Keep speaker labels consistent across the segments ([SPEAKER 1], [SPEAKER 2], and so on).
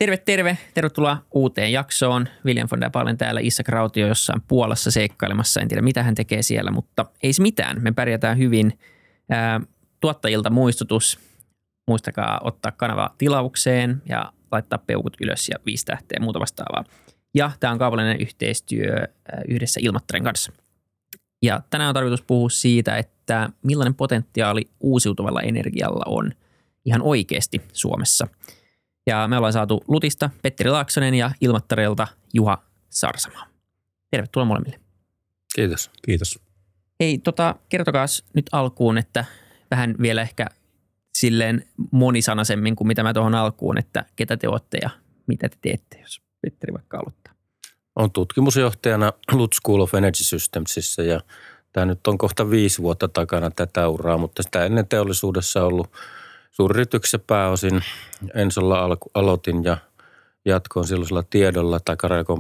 [SPEAKER 1] Terve, terve. Tervetuloa uuteen jaksoon. William von der Palen täällä, Isak Rautio jossain Puolassa seikkailemassa. En tiedä, mitä hän tekee siellä, mutta ei se mitään. Me pärjätään hyvin. Tuottajilta muistutus. Muistakaa ottaa kanava tilaukseen ja laittaa peukut ylös ja 5 tähteä ja muuta vastaavaa. Ja tämä on kaupallinen yhteistyö yhdessä Ilmattaren kanssa. Ja tänään on tarkoitus puhua siitä, että millainen potentiaali uusiutuvalla energialla on ihan oikeasti Suomessa. Ja me ollaan saatu Lutista Petteri Laaksonen ja Ilmattarelta Juha Sarsamaa. Tervetuloa molemmille.
[SPEAKER 2] Kiitos.
[SPEAKER 3] Kiitos.
[SPEAKER 1] Hei, kertokaas nyt alkuun, että vähän vielä ehkä silleen monisanaisemmin kuin mitä mä tuohon alkuun, että ketä te olette ja mitä te teette, jos Petteri vaikka aloittaa.
[SPEAKER 2] Olen tutkimusjohtajana LUT School of Energy Systemsissä ja tämä nyt on kohta 5 vuotta takana tätä uraa, mutta sitä ennen teollisuudessa ollut suuryrityksessä pääosin. Ensolla aloitin ja jatkoin silloisella tiedolla tai Caracom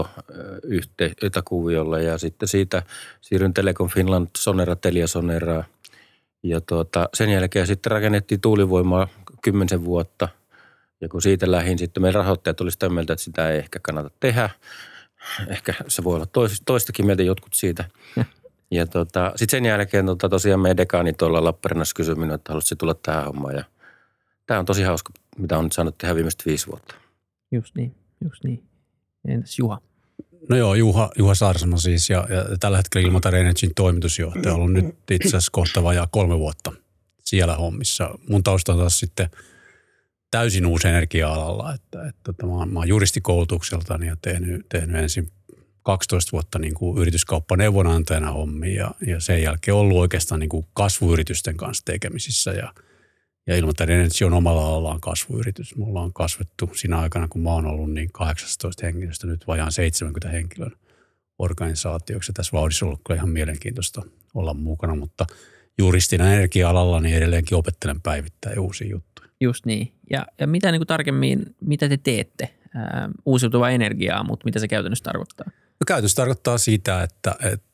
[SPEAKER 2] tietokuviolla ja sitten siitä siirryin Telecom Finland Sonera Teliasoneraan. Ja sen jälkeen sitten rakennettiin tuulivoimaa 10 vuotta ja kun siitä lähdin, sitten meidän rahoittajat oli sitä mieltä, että sitä ei ehkä kannata tehdä. Ehkä se voi olla toistakin mieltä jotkut siitä. Ja sitten sen jälkeen tosiaan meidän dekaani tuolla Lappeenrannassa kysyi minua, että haluaisi tulla tähän hommaan. Ja tämä on tosi hauska, mitä on nyt saanut tehdä viimeiset 5 vuotta.
[SPEAKER 1] Just niin. Entäs Juha?
[SPEAKER 3] No joo, Juha Sarsama siis ja tällä hetkellä Ilmattaren Energyn toimitusjohtaja. Olen nyt itse asiassa kohta vajaa 3 vuotta siellä hommissa. Mun tausta on taas sitten täysin uusi energia-alalla. Mä oon juristikoulutukseltani ja tehnyt ensin 12 vuotta niin kuin yrityskauppaneuvonantajana hommia ja sen jälkeen ollut oikeastaan niin kuin kasvuyritysten kanssa tekemisissä ja Ilmattaren Energy on omalla alallaan kasvuyritys. Mulla on kasvettu siinä aikana, kun mä oon ollut niin 18 henkilöstä, nyt vajaan 70 henkilön organisaatioksi. Tässä vauhdissa on ollut kyllä ihan mielenkiintoista olla mukana, mutta juristina energia-alalla niin edelleenkin opettelen päivittäin uusia juttuja.
[SPEAKER 1] Just niin. Ja mitä niin kuin tarkemmin, mitä te teette? Uusiutuvaa energiaa, mutta mitä se käytännössä tarkoittaa?
[SPEAKER 3] No käytännössä tarkoittaa sitä, että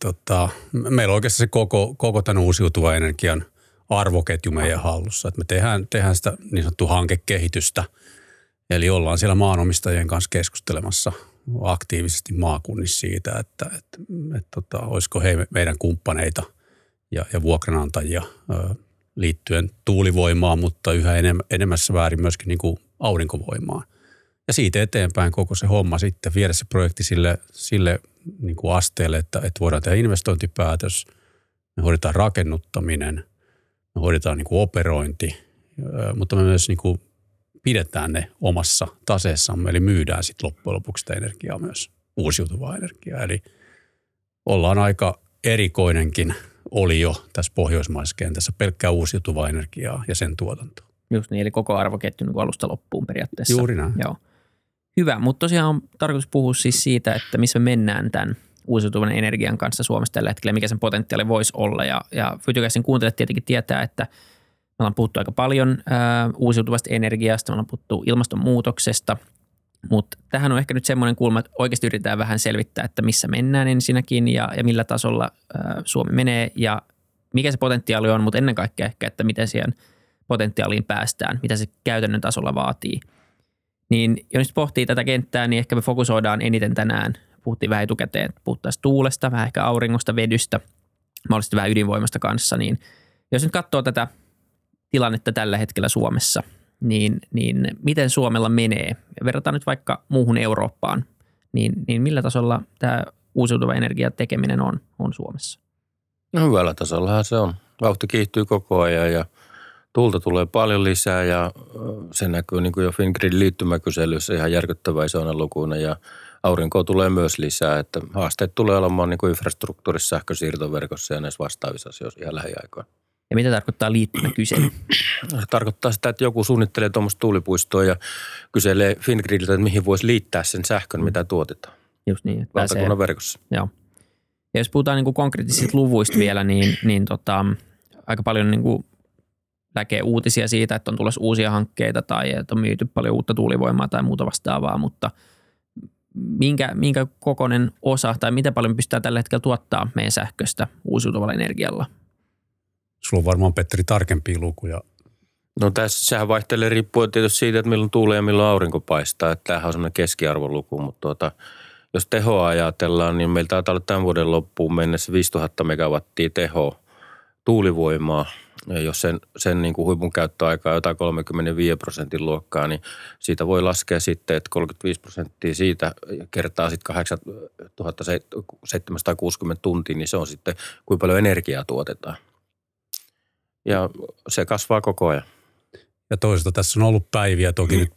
[SPEAKER 3] meillä on oikeastaan se koko tämän uusiutuvan energian arvoketju meidän hallussa. Että me tehdään sitä niin sanottua hankekehitystä, eli ollaan siellä maanomistajien kanssa keskustelemassa aktiivisesti maakunnissa siitä, että olisiko he meidän kumppaneita ja vuokranantajia liittyen tuulivoimaan, mutta yhä enemmässä väärin myöskin niin kuin aurinkovoimaan. Ja siitä eteenpäin koko se homma sitten viedä se projekti sille niin kuin asteelle, että voidaan tehdä investointipäätös, me hoidetaan rakennuttaminen, me hoidetaan niin kuin operointi, mutta me myös niin kuin pidetään ne omassa taseessamme, eli myydään sitten loppujen lopuksi sitä energiaa myös, uusiutuvaa energiaa. Eli ollaan aika erikoinenkin oli jo tässä pohjoismaisessa kentässä pelkkää uusiutuvaa energiaa ja sen tuotantoa.
[SPEAKER 1] Just niin, eli koko arvoketju niin alusta loppuun periaatteessa.
[SPEAKER 3] Juuri näin.
[SPEAKER 1] Joo. Hyvä, mutta tosiaan on tarkoitus puhua siis siitä, että missä me mennään tämän uusiutuvan energian kanssa Suomessa tällä hetkellä, mikä sen potentiaali voisi olla. Ja Fytycastin kuuntelijat tietenkin tietää, että me ollaan puhuttu aika paljon uusiutuvasta energiasta, me ollaan puhuttu ilmastonmuutoksesta, mutta tähän on ehkä nyt semmoinen kulma, että oikeasti yritetään vähän selvittää, että missä mennään ensinnäkin ja millä tasolla Suomi menee ja mikä se potentiaali on, mutta ennen kaikkea ehkä, että miten siihen potentiaaliin päästään, mitä se käytännön tasolla vaatii. Niin jos nyt pohtii tätä kenttää, niin ehkä me fokusoidaan eniten tänään. Puhuttiin vähän etukäteen, puhuttaisiin tuulesta, vähän ehkä auringosta, vedystä, mahdollisesti vähän ydinvoimasta kanssa. Niin jos nyt katsoo tätä tilannetta tällä hetkellä Suomessa, niin miten Suomella menee? Ja verrataan nyt vaikka muuhun Eurooppaan, niin millä tasolla tämä uusiutuva energia tekeminen on Suomessa?
[SPEAKER 2] No hyvällä tasollahan se on. Vauhti kiihtyy koko ajan ja tuulta tulee paljon lisää ja se näkyy niin kuin jo Fingridin liittymäkyselyssä ihan järkyttävän isoina lukuina ja aurinkoa tulee myös lisää, että haasteet tulee olemaan niin kuin infrastruktuurissa, sähkösiirtoverkossa ja näissä vastaavissa asioissa ihan lähiaikoina.
[SPEAKER 1] Ja mitä tarkoittaa liittymäkysely?
[SPEAKER 2] Se tarkoittaa sitä, että joku suunnittelee tuommoista tuulipuistoa ja kyselee Fingridiltä, että mihin voisi liittää sen sähkön, mitä tuotetaan.
[SPEAKER 1] Just niin, että
[SPEAKER 2] valtakunnan verkossa.
[SPEAKER 1] Joo. Ja jos puhutaan niin kuin konkreettisista luvuista vielä, niin aika paljon niin kuin näkee uutisia siitä, että on tulossa uusia hankkeita tai että on myyty paljon uutta tuulivoimaa tai muuta vastaavaa, mutta minkä kokoinen osa tai miten paljon pystytään tällä hetkellä tuottaa meidän sähköstä uusiutuvalla energialla?
[SPEAKER 3] Sulla on varmaan, Petteri, tarkempia lukuja.
[SPEAKER 2] No sehän vaihtelee riippuen tietysti siitä, että milloin tuulee ja milloin aurinko paistaa. Että tämähän on sellainen keskiarvoluku, mutta jos tehoa ajatellaan, niin meillä taitaa olla tämän vuoden loppuun mennessä 5000 megawattia tehoa tuulivoimaa. Ja jos sen niin kuin huipun käyttöaika on jotain 35% luokkaa, niin siitä voi laskea sitten, että 35% siitä kertaa sitten 8760 tuntia, niin se on sitten kuinka paljon energiaa tuotetaan. Ja se kasvaa koko ajan.
[SPEAKER 3] Ja toisaalta tässä on ollut päiviä toki nyt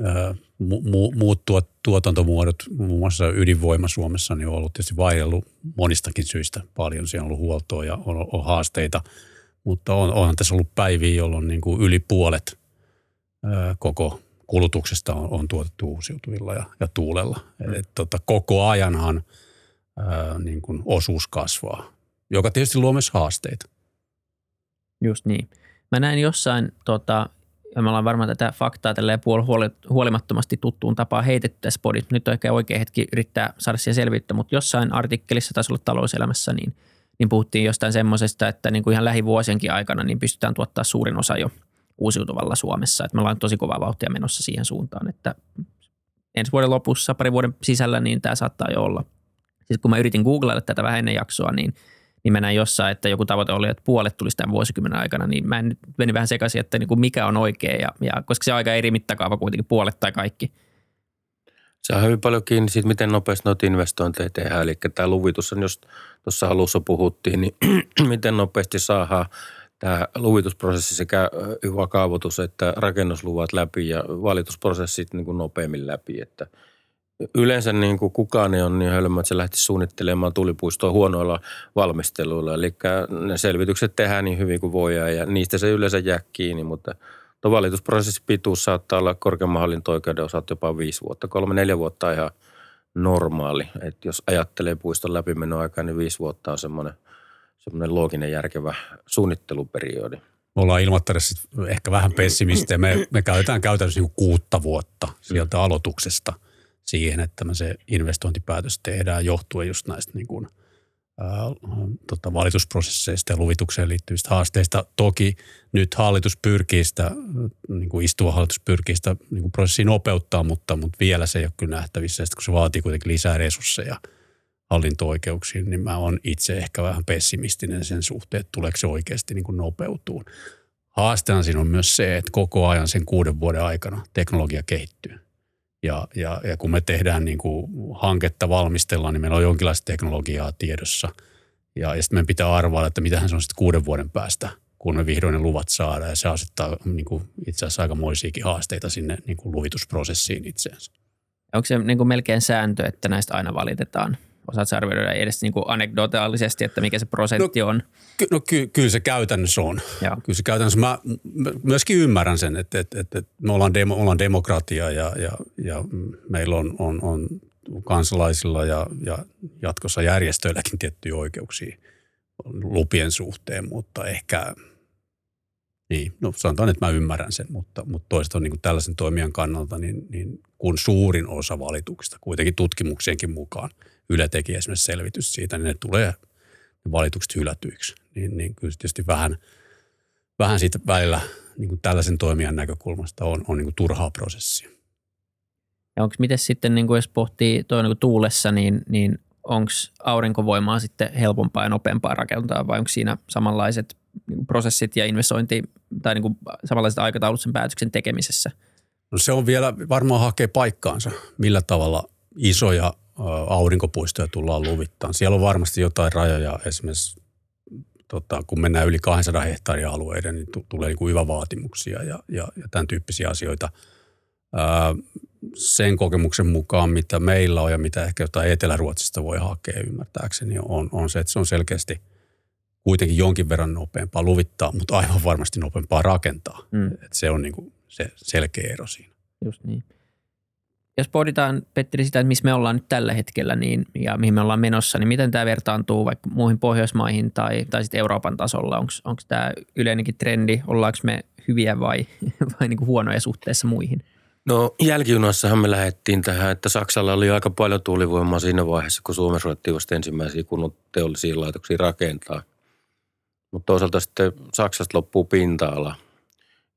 [SPEAKER 3] muut tuotantomuodot, muun muassa ydinvoima Suomessa, niin on ollut tietysti vaihdellut monistakin syistä paljon. Siellä on ollut huoltoa ja on haasteita, mutta onhan tässä ollut päiviä, jolloin niin kuin yli puolet koko kulutuksesta on tuotettu uusiutuvilla ja tuulella. Koko ajanhan niin kuin osuus kasvaa, joka tietysti luo myös haasteita.
[SPEAKER 1] Just niin. Mä näin jossain, ja me ollaan varmaan tätä faktaa tälleen huolimattomasti tuttuun tapaan heitetty tässä podissa. Nyt on ehkä oikea hetki yrittää saada siihen selvyyttä, mutta jossain artikkelissa taisi olla Talouselämässä, niin puhuttiin jostain semmoisesta, että niin kuin ihan lähivuosienkin aikana niin pystytään tuottaa suurin osa jo uusiutuvalla Suomessa. Että me ollaan tosi kovaa vauhtia menossa siihen suuntaan, että ensi vuoden lopussa, parin vuoden sisällä, niin tämä saattaa jo olla. Siis kun mä yritin googlailla tätä vähän ennen jaksoa, niin mä näin jossain, että joku tavoite oli, että puolet tulisi tämän vuosikymmenen aikana, niin mä nyt menin vähän sekaisin, että niin kuin mikä on oikea, ja koska se on aika eri mittakaava kuitenkin puolet tai kaikki.
[SPEAKER 2] Se on hyvin paljon kiinni siitä, miten nopeasti noita investointeja tehdään. Eli tämä luvitus on, jos tuossa alussa puhuttiin, niin miten nopeasti saadaan tämä luvitusprosessi sekä hyvä kaavoitus että rakennusluvat läpi ja valitusprosessit niin kuin nopeammin läpi. Että yleensä niin kuin kukaan ei ole niin hölmö, että se lähtisi suunnittelemaan tulipuistoa huonoilla valmisteluilla. Eli ne selvitykset tehdään niin hyvin kuin voidaan ja niistä se yleensä jää kiinni, mutta tuo valitusprosessin pituus saattaa olla korkeamman hallinto-oikeuden osalta jopa 5 vuotta. 3-4 vuotta on ihan normaali. Että jos ajattelee puiston läpimenoaikaa, niin 5 vuotta on semmoinen looginen järkevä suunnitteluperiodi.
[SPEAKER 3] Me ollaan ilmoittanut ehkä vähän pessimistejä. Me käytetään käytännössä niin 6 vuotta sieltä aloituksesta siihen, että me se investointipäätös tehdään johtuen just näistä niin kuin, valitusprosesseista ja luvitukseen liittyvistä haasteista. Toki nyt hallitus pyrkii sitä, niin kuin istuva hallitus pyrkii sitä niin kuin prosessia nopeuttaa, mutta vielä se ei ole kyllä nähtävissä. Ja sitten kun se vaatii kuitenkin lisää resursseja hallinto-oikeuksiin, niin mä oon itse ehkä vähän pessimistinen sen suhteen, että tuleeko se oikeasti niin kuin nopeutuu. Haasteena siinä on myös se, että koko ajan sen 6 vuoden aikana teknologia kehittyy. Ja kun me tehdään niin kuin hanketta valmistellaan, niin meillä on jonkinlaista teknologiaa tiedossa. Ja sitten meidän pitää arvailla, että mitähän se on sitten 6 vuoden päästä, kun me vihdoin ne luvat saadaan. Ja se asettaa niin kuin itse asiassa aikamoisiakin haasteita sinne niin kuin luvitusprosessiin itseensä. Onko
[SPEAKER 1] se niin kuin melkein sääntö, että näistä aina valitetaan? Osaatko arvioida edes niin kuin anekdotaalisesti, että mikä se prosentti on?
[SPEAKER 3] Kyllä se käytännössä on. Joo. Kyllä se käytännössä. Mä myöskin ymmärrän sen, että me ollaan demokratia ja meillä on kansalaisilla ja jatkossa järjestöilläkin tiettyjä oikeuksia lupien suhteen, mutta ehkä, niin, no sanotaan, että mä ymmärrän sen, mutta toisaalta niin kuin tällaisen toimijan kannalta, niin kun suurin osa valituksista, kuitenkin tutkimuksienkin mukaan, Yle teki esimerkiksi selvitys siitä, niin ne tulee valitukset hylätyiksi. Niin kyllä tietysti vähän siitä välillä niin kuin tällaisen toimijan näkökulmasta on niin kuin turhaa prosessia.
[SPEAKER 1] Ja onko miten sitten, niin kuin jos pohtii niin kuin tuulessa, niin onko aurinkovoimaa sitten helpompaa ja nopeampaa rakentaa vai onko siinä samanlaiset niin kuin prosessit ja investointi tai niin kuin samanlaiset aikataulut sen päätöksen tekemisessä?
[SPEAKER 3] No se on vielä varmaan hakee paikkaansa, millä tavalla isoja aurinkopuistoja tullaan luvittaan. Siellä on varmasti jotain rajoja. Esimerkiksi kun mennään yli 200 hehtaaria alueiden, niin tulee niin kuin YVA-vaatimuksia ja tämän tyyppisiä asioita. Sen kokemuksen mukaan, mitä meillä on ja mitä ehkä jotain Etelä-Ruotsista voi hakea ymmärtääkseni, on se, että se on selkeästi kuitenkin jonkin verran nopeampaa luvittaa, mutta aivan varmasti nopeampaa rakentaa. Että se on niin kuin se selkeä ero siinä.
[SPEAKER 1] Just niin. Jos pohditaan, Petteri, sitä, että missä me ollaan nyt tällä hetkellä ja mihin me ollaan menossa, niin miten tämä vertaantuu vaikka muihin Pohjoismaihin tai sitten Euroopan tasolla? Onko tämä yleinenkin trendi? Ollaanko me hyviä vai niin kuin huonoja suhteessa muihin?
[SPEAKER 2] No jälkijunassahan me lähdettiin tähän, että Saksalla oli aika paljon tuulivoimaa siinä vaiheessa, kun Suomessa ruvettiin vasta ensimmäisiä kunnon teollisia laitoksia rakentaa. Mutta toisaalta sitten Saksasta loppuu pinta-ala.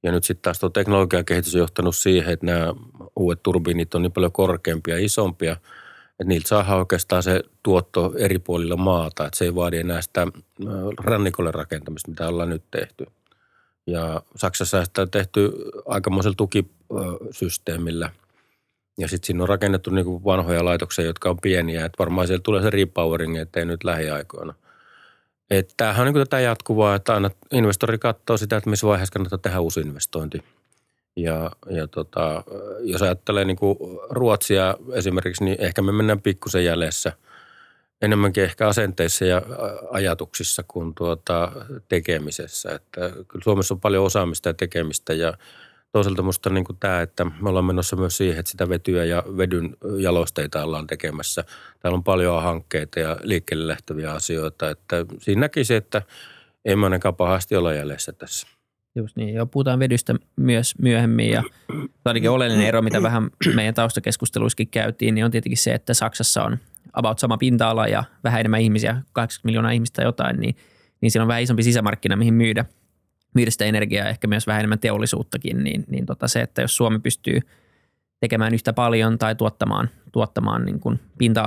[SPEAKER 2] Ja nyt sitten taas tuo teknologiakehitys on johtanut siihen, että nämä uudet turbiinit on niin paljon korkeampia ja isompia, että niiltä saadaan oikeastaan se tuotto eri puolilla maata, että se ei vaadi enää sitä rannikolle rakentamista, mitä ollaan nyt tehty. Ja Saksassa sitä on tehty aikamoisella tukisysteemillä. Ja sitten siinä on rakennettu niin kuin vanhoja laitoksia, jotka on pieniä. Että varmaan siellä tulee se repowering, ettei nyt lähiaikoina. Että tämähän on niin kuin tätä jatkuvaa, että aina investori katsoo sitä, että missä vaiheessa kannattaa tehdä uusi investointi. Ja jos ajattelee niin kuin Ruotsia esimerkiksi, niin ehkä me mennään pikkusen jäljessä. Enemmänkin ehkä asenteissa ja ajatuksissa kuin tekemisessä. Että kyllä Suomessa on paljon osaamista ja tekemistä ja toisaalta musta niin kuin tämä, että me ollaan menossa myös siihen, että sitä vetyä ja vedyn jalosteita ollaan tekemässä. Täällä on paljon hankkeita ja liikkeelle lähteviä asioita, että siinä näkisi, että ei me ainakaan pahasti olla jäljessä tässä.
[SPEAKER 1] Just niin, joo, puhutaan vedystä myös myöhemmin ja ainakin oleellinen ero, mitä vähän meidän taustakeskusteluissakin käytiin, niin on tietenkin se, että Saksassa on about sama pinta-ala ja vähän enemmän ihmisiä, 80 miljoonaa ihmistä jotain, niin siinä on vähän isompi sisämarkkina, mihin myydä sitä energiaa ja ehkä myös vähän enemmän teollisuuttakin, niin se, että jos Suomi pystyy tekemään yhtä paljon tai tuottamaan niin kuin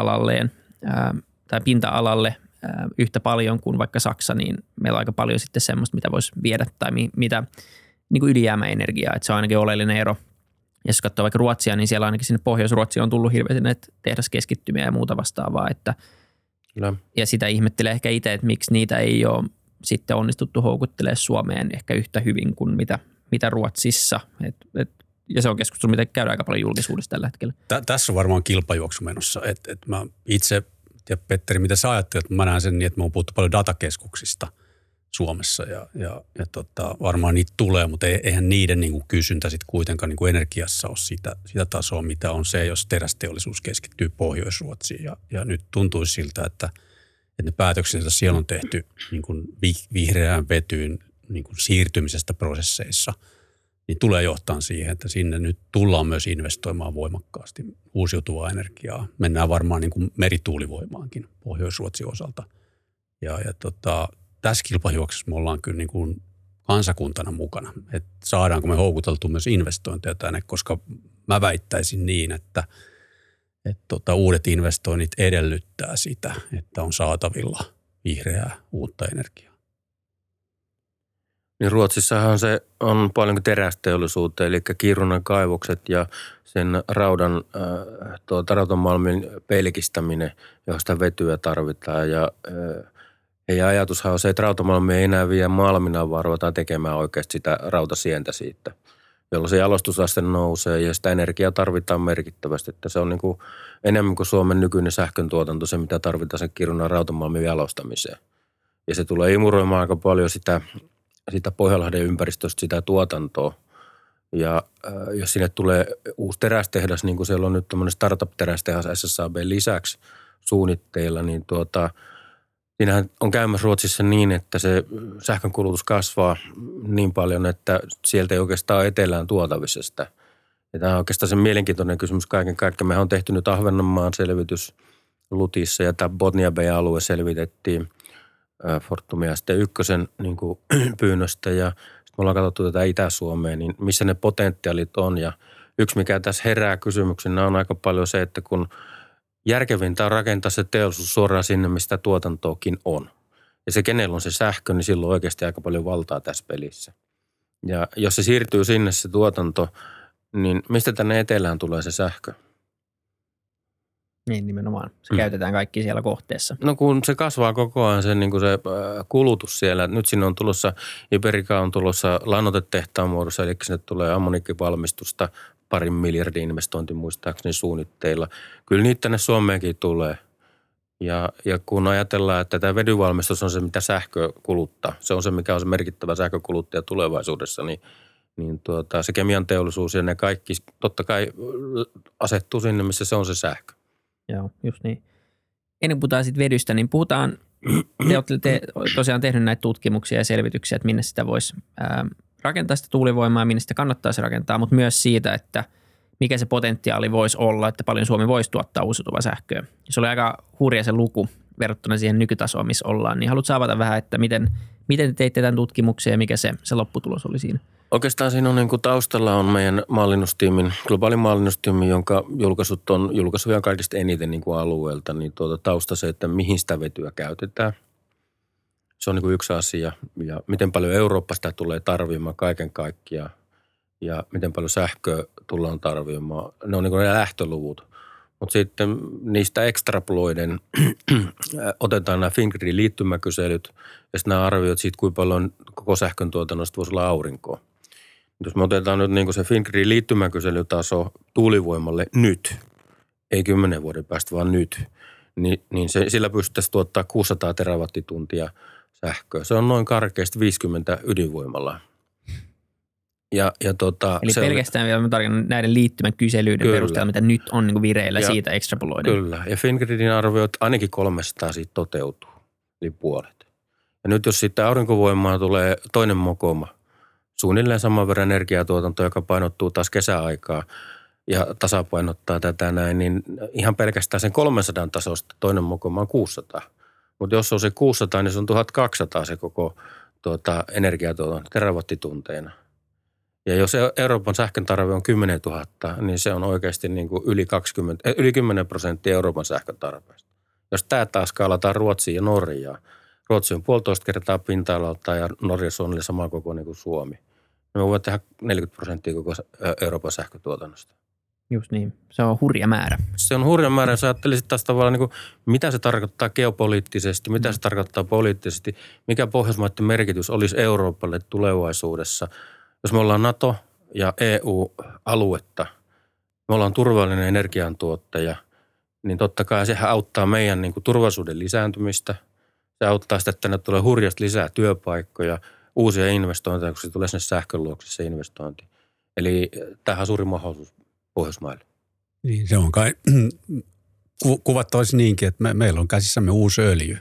[SPEAKER 1] pinta-alalle yhtä paljon kuin vaikka Saksa, niin meillä on aika paljon sitten semmoista, mitä voisi viedä tai mitä niin kuin ylijäämäenergiaa, että se on ainakin oleellinen ero. Ja jos katsoo vaikka Ruotsia, niin siellä ainakin sinne Pohjois-Ruotsiin on tullut hirveästi näitä tehdaskeskittymiä ja muuta vastaavaa, että ja sitä ihmettelee ehkä itse, että miksi niitä ei ole sitten onnistuttu houkuttelemaan Suomeen ehkä yhtä hyvin kuin mitä Ruotsissa. Ja se on keskustelu, mitä käydään aika paljon julkisuudessa tällä hetkellä.
[SPEAKER 3] Tässä on varmaan kilpajuoksu menossa. Mä itse, ja Petteri, mitä sä ajattelet, mä näen sen niin, että me on puhuttu paljon datakeskuksista Suomessa ja varmaan niitä tulee, mutta eihän niiden niin kuin kysyntä sitten kuitenkaan niin kuin energiassa ole sitä tasoa, mitä on se, jos terästeollisuus keskittyy Pohjois-Ruotsiin. Ja nyt tuntuisi siltä, että ne päätökset, joita siellä on tehty niin kuin vihreään vetyyn niin kuin siirtymisestä prosesseissa, niin tulee johtaa siihen, että sinne nyt tullaan myös investoimaan voimakkaasti uusiutuvaa energiaa. Mennään varmaan niin kuin merituulivoimaankin Pohjois-Ruotsin osalta. Ja tässä kilpajuoksussa me ollaan kyllä niin kuin kansakuntana mukana. Että saadaanko me houkuteltu myös investointeja tänne, koska mä väittäisin niin, että uudet investoinnit edellyttää sitä, että on saatavilla vihreää uutta energiaa.
[SPEAKER 2] Niin Ruotsissahan se on paljon terästeollisuutta, eli Kiirunan kaivokset ja sen rautanmalmin pelkistäminen, josta vetyä tarvitaan. Ja ajatushan on se, että rautamalmi ei enää vie malmina, vaan ruvetaan tekemään oikeasti sitä rautasientä siitä, jolloin se jalostusaste nousee ja sitä energiaa tarvitaan merkittävästi. Että se on niin kuin enemmän kuin Suomen nykyinen sähköntuotanto, se mitä tarvitaan sen Kiirunan rautamalmin jalostamiseen. Ja se tulee imuroimaan aika paljon sitä Pohjanlahden ympäristöstä sitä tuotantoa. Ja jos sinne tulee uusi terästehdas, niin kuin siellä on nyt tämmöinen startup-terästehdas SSAB lisäksi suunnitteilla, niin siinähän on käymässä Ruotsissa niin, että se sähkönkulutus kasvaa niin paljon, että sieltä ei oikeastaan etelään tuotavissa sitä. Ja tämä on oikeastaan se mielenkiintoinen kysymys kaiken kaikkiaan. Mehän on tehty nyt Ahvenanmaan selvitys Lutissa ja tämä Botnia Bay-alue selvitettiin Fortumia sitten ykkösen niin kuin pyynnöstä ja sitten me ollaan katsottu tätä Itä-Suomea, niin missä ne potentiaalit on. Ja yksi, mikä tässä herää kysymyksenä on aika paljon se, että kun järkevintä on rakentaa se teollisuus suoraan sinne, mistä tuotantoakin on. Ja se, kenellä on se sähkö, niin silloin on oikeasti aika paljon valtaa tässä pelissä. Ja jos se siirtyy sinne se tuotanto, niin mistä tänne etelään tulee se sähkö?
[SPEAKER 1] Niin nimenomaan. Se käytetään kaikki siellä kohteessa.
[SPEAKER 2] No kun se kasvaa koko ajan se kulutus siellä. Nyt sinne on tulossa, Iberica on tulossa lannoitetehtaan muodossa, eli sinne tulee ammoniikkivalmistusta 2 miljardin investointi muistaakseni suunnitteilla. Kyllä niitä tänne Suomeenkin tulee. Ja kun ajatellaan, että tämä vedyvalmistus on se, mitä sähkö kuluttaa, se on se, mikä on se merkittävä sähkökuluttaja tulevaisuudessa, niin se kemian teollisuus ja ne kaikki totta kai asettuu sinne, missä se on se sähkö.
[SPEAKER 1] Joo, just niin. Ennen kuin puhutaan sitten vedystä, niin puhutaan, te olette tosiaan tehnyt näitä tutkimuksia ja selvityksiä, että minne sitä voisi rakentaa sitä tuulivoimaa, minne sitä kannattaisi rakentaa, mutta myös siitä, että mikä se potentiaali voisi olla, että paljon Suomi voisi tuottaa uusiutuvaa sähköä. Se oli aika hurja se luku verrattuna siihen nykytasoon, missä ollaan, niin haluatko avata vähän, että miten te teitte tämän tutkimuksen ja mikä se lopputulos oli siinä?
[SPEAKER 2] Oikeastaan siinä on niin kuin taustalla on meidän mallinnustiimin, globaalin mallinnustiimin, jonka julkaisut on julkaisuja kaikista eniten niin kuin alueelta, niin tausta se, että mihin sitä vetyä käytetään. Se on niin kuin yksi asia ja miten paljon Eurooppa sitä tulee tarvimaan kaiken kaikkiaan ja miten paljon sähköä tullaan tarvimaan. Ne on niin kuin ne lähtöluvut. Mutta sitten niistä ekstraploiden otetaan nämä Fingridin liittymäkyselyt ja sitten nämä arviot siitä, kuinka paljon koko sähkön tuotannosta voisi olla aurinkoa. Jos me otetaan nyt niin kuin se Fingridin liittymäkyselytaso tuulivoimalle nyt, ei 10 vuoden päästä, vaan nyt, niin sillä pystyttäisiin tuottaa 600 terawattituntia sähköä. Se on noin karkeasti 50 ydinvoimalaa.
[SPEAKER 1] Eli pelkästään vielä mä tarkoitan näiden liittymäkyselyiden perusteella, mitä nyt on niin kuin vireillä siitä extrapoloiden.
[SPEAKER 2] Kyllä, ja Fingridin arviot ainakin 300 siitä toteutuu, eli puolet. Ja nyt jos sitten aurinkovoimaa tulee toinen mokoma, suunnilleen saman verran energiatuotanto, joka painottuu taas kesäaikaa ja tasapainottaa tätä näin, niin ihan pelkästään sen 300 tasosta toinen mokoma on 600. Mutta jos on se 600, niin se on 1200 se koko energiatuotanto terawattitunteina. Ja jos Euroopan sähkön tarve on 10 000, niin se on oikeasti niin kuin yli 10% Euroopan sähkön tarpeesta. Jos tämä taas skaalataan Ruotsiin ja Norjaan, Ruotsi on 1,5 kertaa pinta-alalta ja Norjassa on sama koko niin kuin Suomi. Me voimme tehdä 40% koko Euroopan sähkötuotannosta.
[SPEAKER 1] Just niin. Se on hurja määrä.
[SPEAKER 2] Se on hurja määrä. Jos ajattelisit taas tavallaan, niin kuin, mitä se tarkoittaa geopoliittisesti, mitä se tarkoittaa poliittisesti, mikä Pohjoismaiden merkitys olisi Euroopalle tulevaisuudessa. Jos me ollaan NATO ja EU-aluetta, me ollaan turvallinen energiantuottaja, niin totta kai sehän auttaa meidän niin kuin turvallisuuden lisääntymistä. Se auttaa sitä, että tänne tulee hurjasti lisää työpaikkoja, uusia investointeja, kun se tulee sinne sähkön luokse se investointi. Eli tämähän on suuri mahdollisuus Pohjoismaille.
[SPEAKER 3] Niin, se on kai kuvattavasti niinkin, että meillä on käsissämme uusi öljy.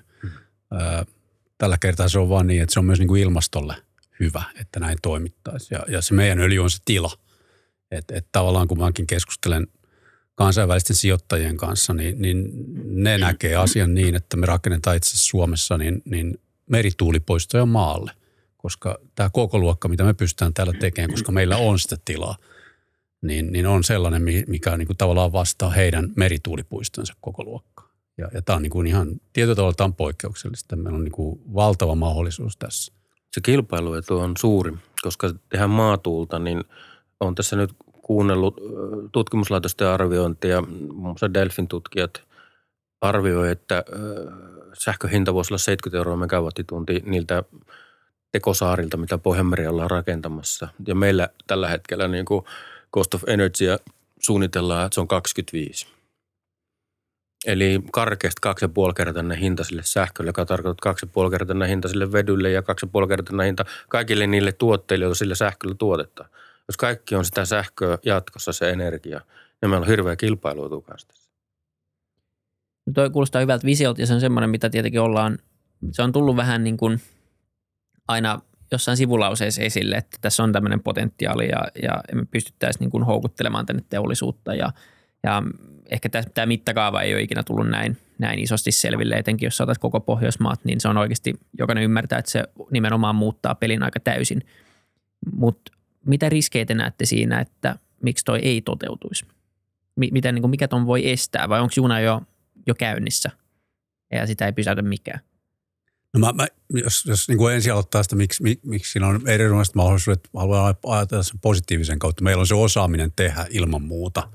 [SPEAKER 3] Tällä kertaa se on vaan niin, että se on myös niin kuin ilmastolle hyvä, että näin toimittaisiin. Ja se meidän öljy on se tila. Että tavallaan kun mäkin keskustelen kansainvälisten sijoittajien kanssa, niin ne näkee asian niin, että me rakennetaan itse asiassa Suomessa niin merituulipoistoja maalle. Koska tämä koko luokka, mitä me pystytään täällä tekemään, koska meillä on sitä tilaa, niin on sellainen, mikä niin kuin tavallaan vastaa heidän merituulipuistonsa koko luokkaa. Ja tämä on niin kuin ihan tietyllä tavalla tämä on poikkeuksellista. Meillä on niin kuin valtava mahdollisuus tässä.
[SPEAKER 2] Se kilpailuetu on suuri, koska tehdään maatuulta, niin on tässä nyt kuunnellut tutkimuslaitosten arviointia. Muun muassa Delfin tutkijat arvioi, että sähköhinta voisi olla 70 € megawattitunti niiltä tekosaarilta, mitä Pohjanmeri ollaan rakentamassa. Ja meillä tällä hetkellä niin kuin cost of energya suunnitellaan, että se on 25. Eli karkeasti 2,5-kertainen hinta sille sähkölle, joka tarkoittaa 2,5-kertainen hinta sille vedylle ja 2,5-kertainen hinta kaikille niille tuotteille, joilla sillä sähköllä tuotetaan. Jos kaikki on sitä sähköä jatkossa, se energia, niin meillä on hirveä kilpailuetu kanssa.
[SPEAKER 1] No toi kuulostaa hyvältä visiolta ja se on semmoinen, mitä tietenkin se on tullut vähän niin kuin aina jossain sivulauseessa esille, että tässä on tämmöinen potentiaali ja me pystyttäisiin niin kuin houkuttelemaan tänne teollisuutta ja ehkä tämä mittakaava ei ole ikinä tullut näin isosti selville, etenkin jos saataisiin koko Pohjoismaat, niin se on oikeasti, jokainen ymmärtää, että se nimenomaan muuttaa pelin aika täysin. Mutta mitä riskejä te näette siinä, että miksi toi ei toteutuisi? Mikä ton voi estää vai onko juna jo käynnissä ja sitä ei pysäytä mikään?
[SPEAKER 3] No jos niin kuin ensin aloittaa sitä, miksi siinä on erilaiset mahdollisuudet, haluan ajatella sen positiivisen kautta. Meillä on se osaaminen tehdä ilman muuta.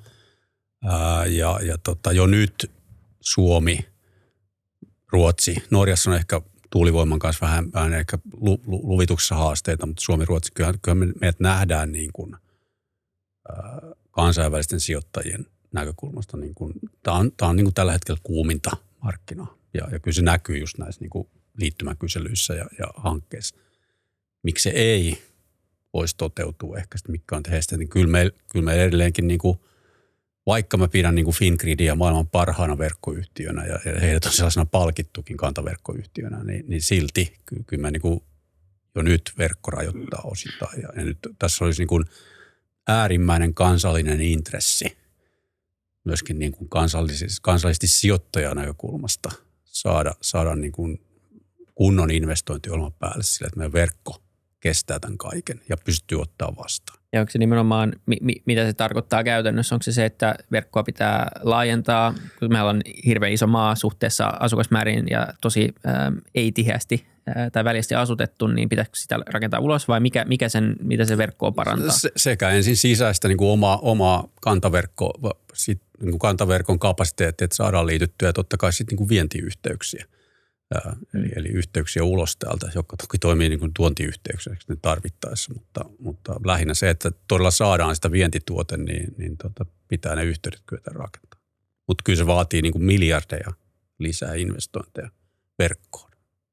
[SPEAKER 3] Jo nyt Suomi, Ruotsi, Norjassa on ehkä tuulivoiman kanssa vähän ehkä luvituksessa haasteita, mutta Suomi, Ruotsi, kyllähän meidät nähdään niin kuin, kansainvälisten sijoittajien näkökulmasta. Niin kuin, tämä on niin kuin tällä hetkellä kuuminta markkinaa ja kyllä se näkyy just näissä niin kuin liittymäkyselyissä ja hankkeissa. Miksi se ei voisi toteutua ehkä sitten, mikä on heistä, niin kyllä me edelleenkin niin kuin, vaikka mä pidän niin kuin Fingridia maailman parhaana verkkoyhtiönä ja heidät on sellaisena palkittukin kantaverkkoyhtiönä, niin silti kyllä mä niin kuin jo nyt verkko rajoittaa osittain. Ja nyt tässä olisi niin kuin äärimmäinen kansallinen intressi myöskin niin kuin kansallisesti sijoittajan näkökulmasta saada niin kuin kunnon investointiohjelman päälle sillä, että meidän verkko kestää tämän kaiken ja pystyy ottaa vastaan.
[SPEAKER 1] Ja onko se nimenomaan, mitä se tarkoittaa käytännössä? Onko se, että verkkoa pitää laajentaa, kun meillä on hirveän iso maa suhteessa asukasmääriin ja tosi ei-tiheästi tai väljästi asutettu, niin pitääkö sitä rakentaa ulos vai mitä se verkkoa parantaa?
[SPEAKER 3] Sekä ensin sisäistä niin kuin omaa kantaverkon kapasiteetti, että saadaan liityttyä ja totta kai sitten niin kuin vientiyhteyksiä. Eli yhteyksiä ulos täältä, jotka toki toimii niin kuin tuontiyhteyksiä tarvittaessa, mutta lähinnä se, että todella saadaan sitä vientituote, niin pitää ne yhteydet kyetä rakentaa. Mutta kyllä se vaatii niin kuin miljardeja lisää investointeja verkkoon.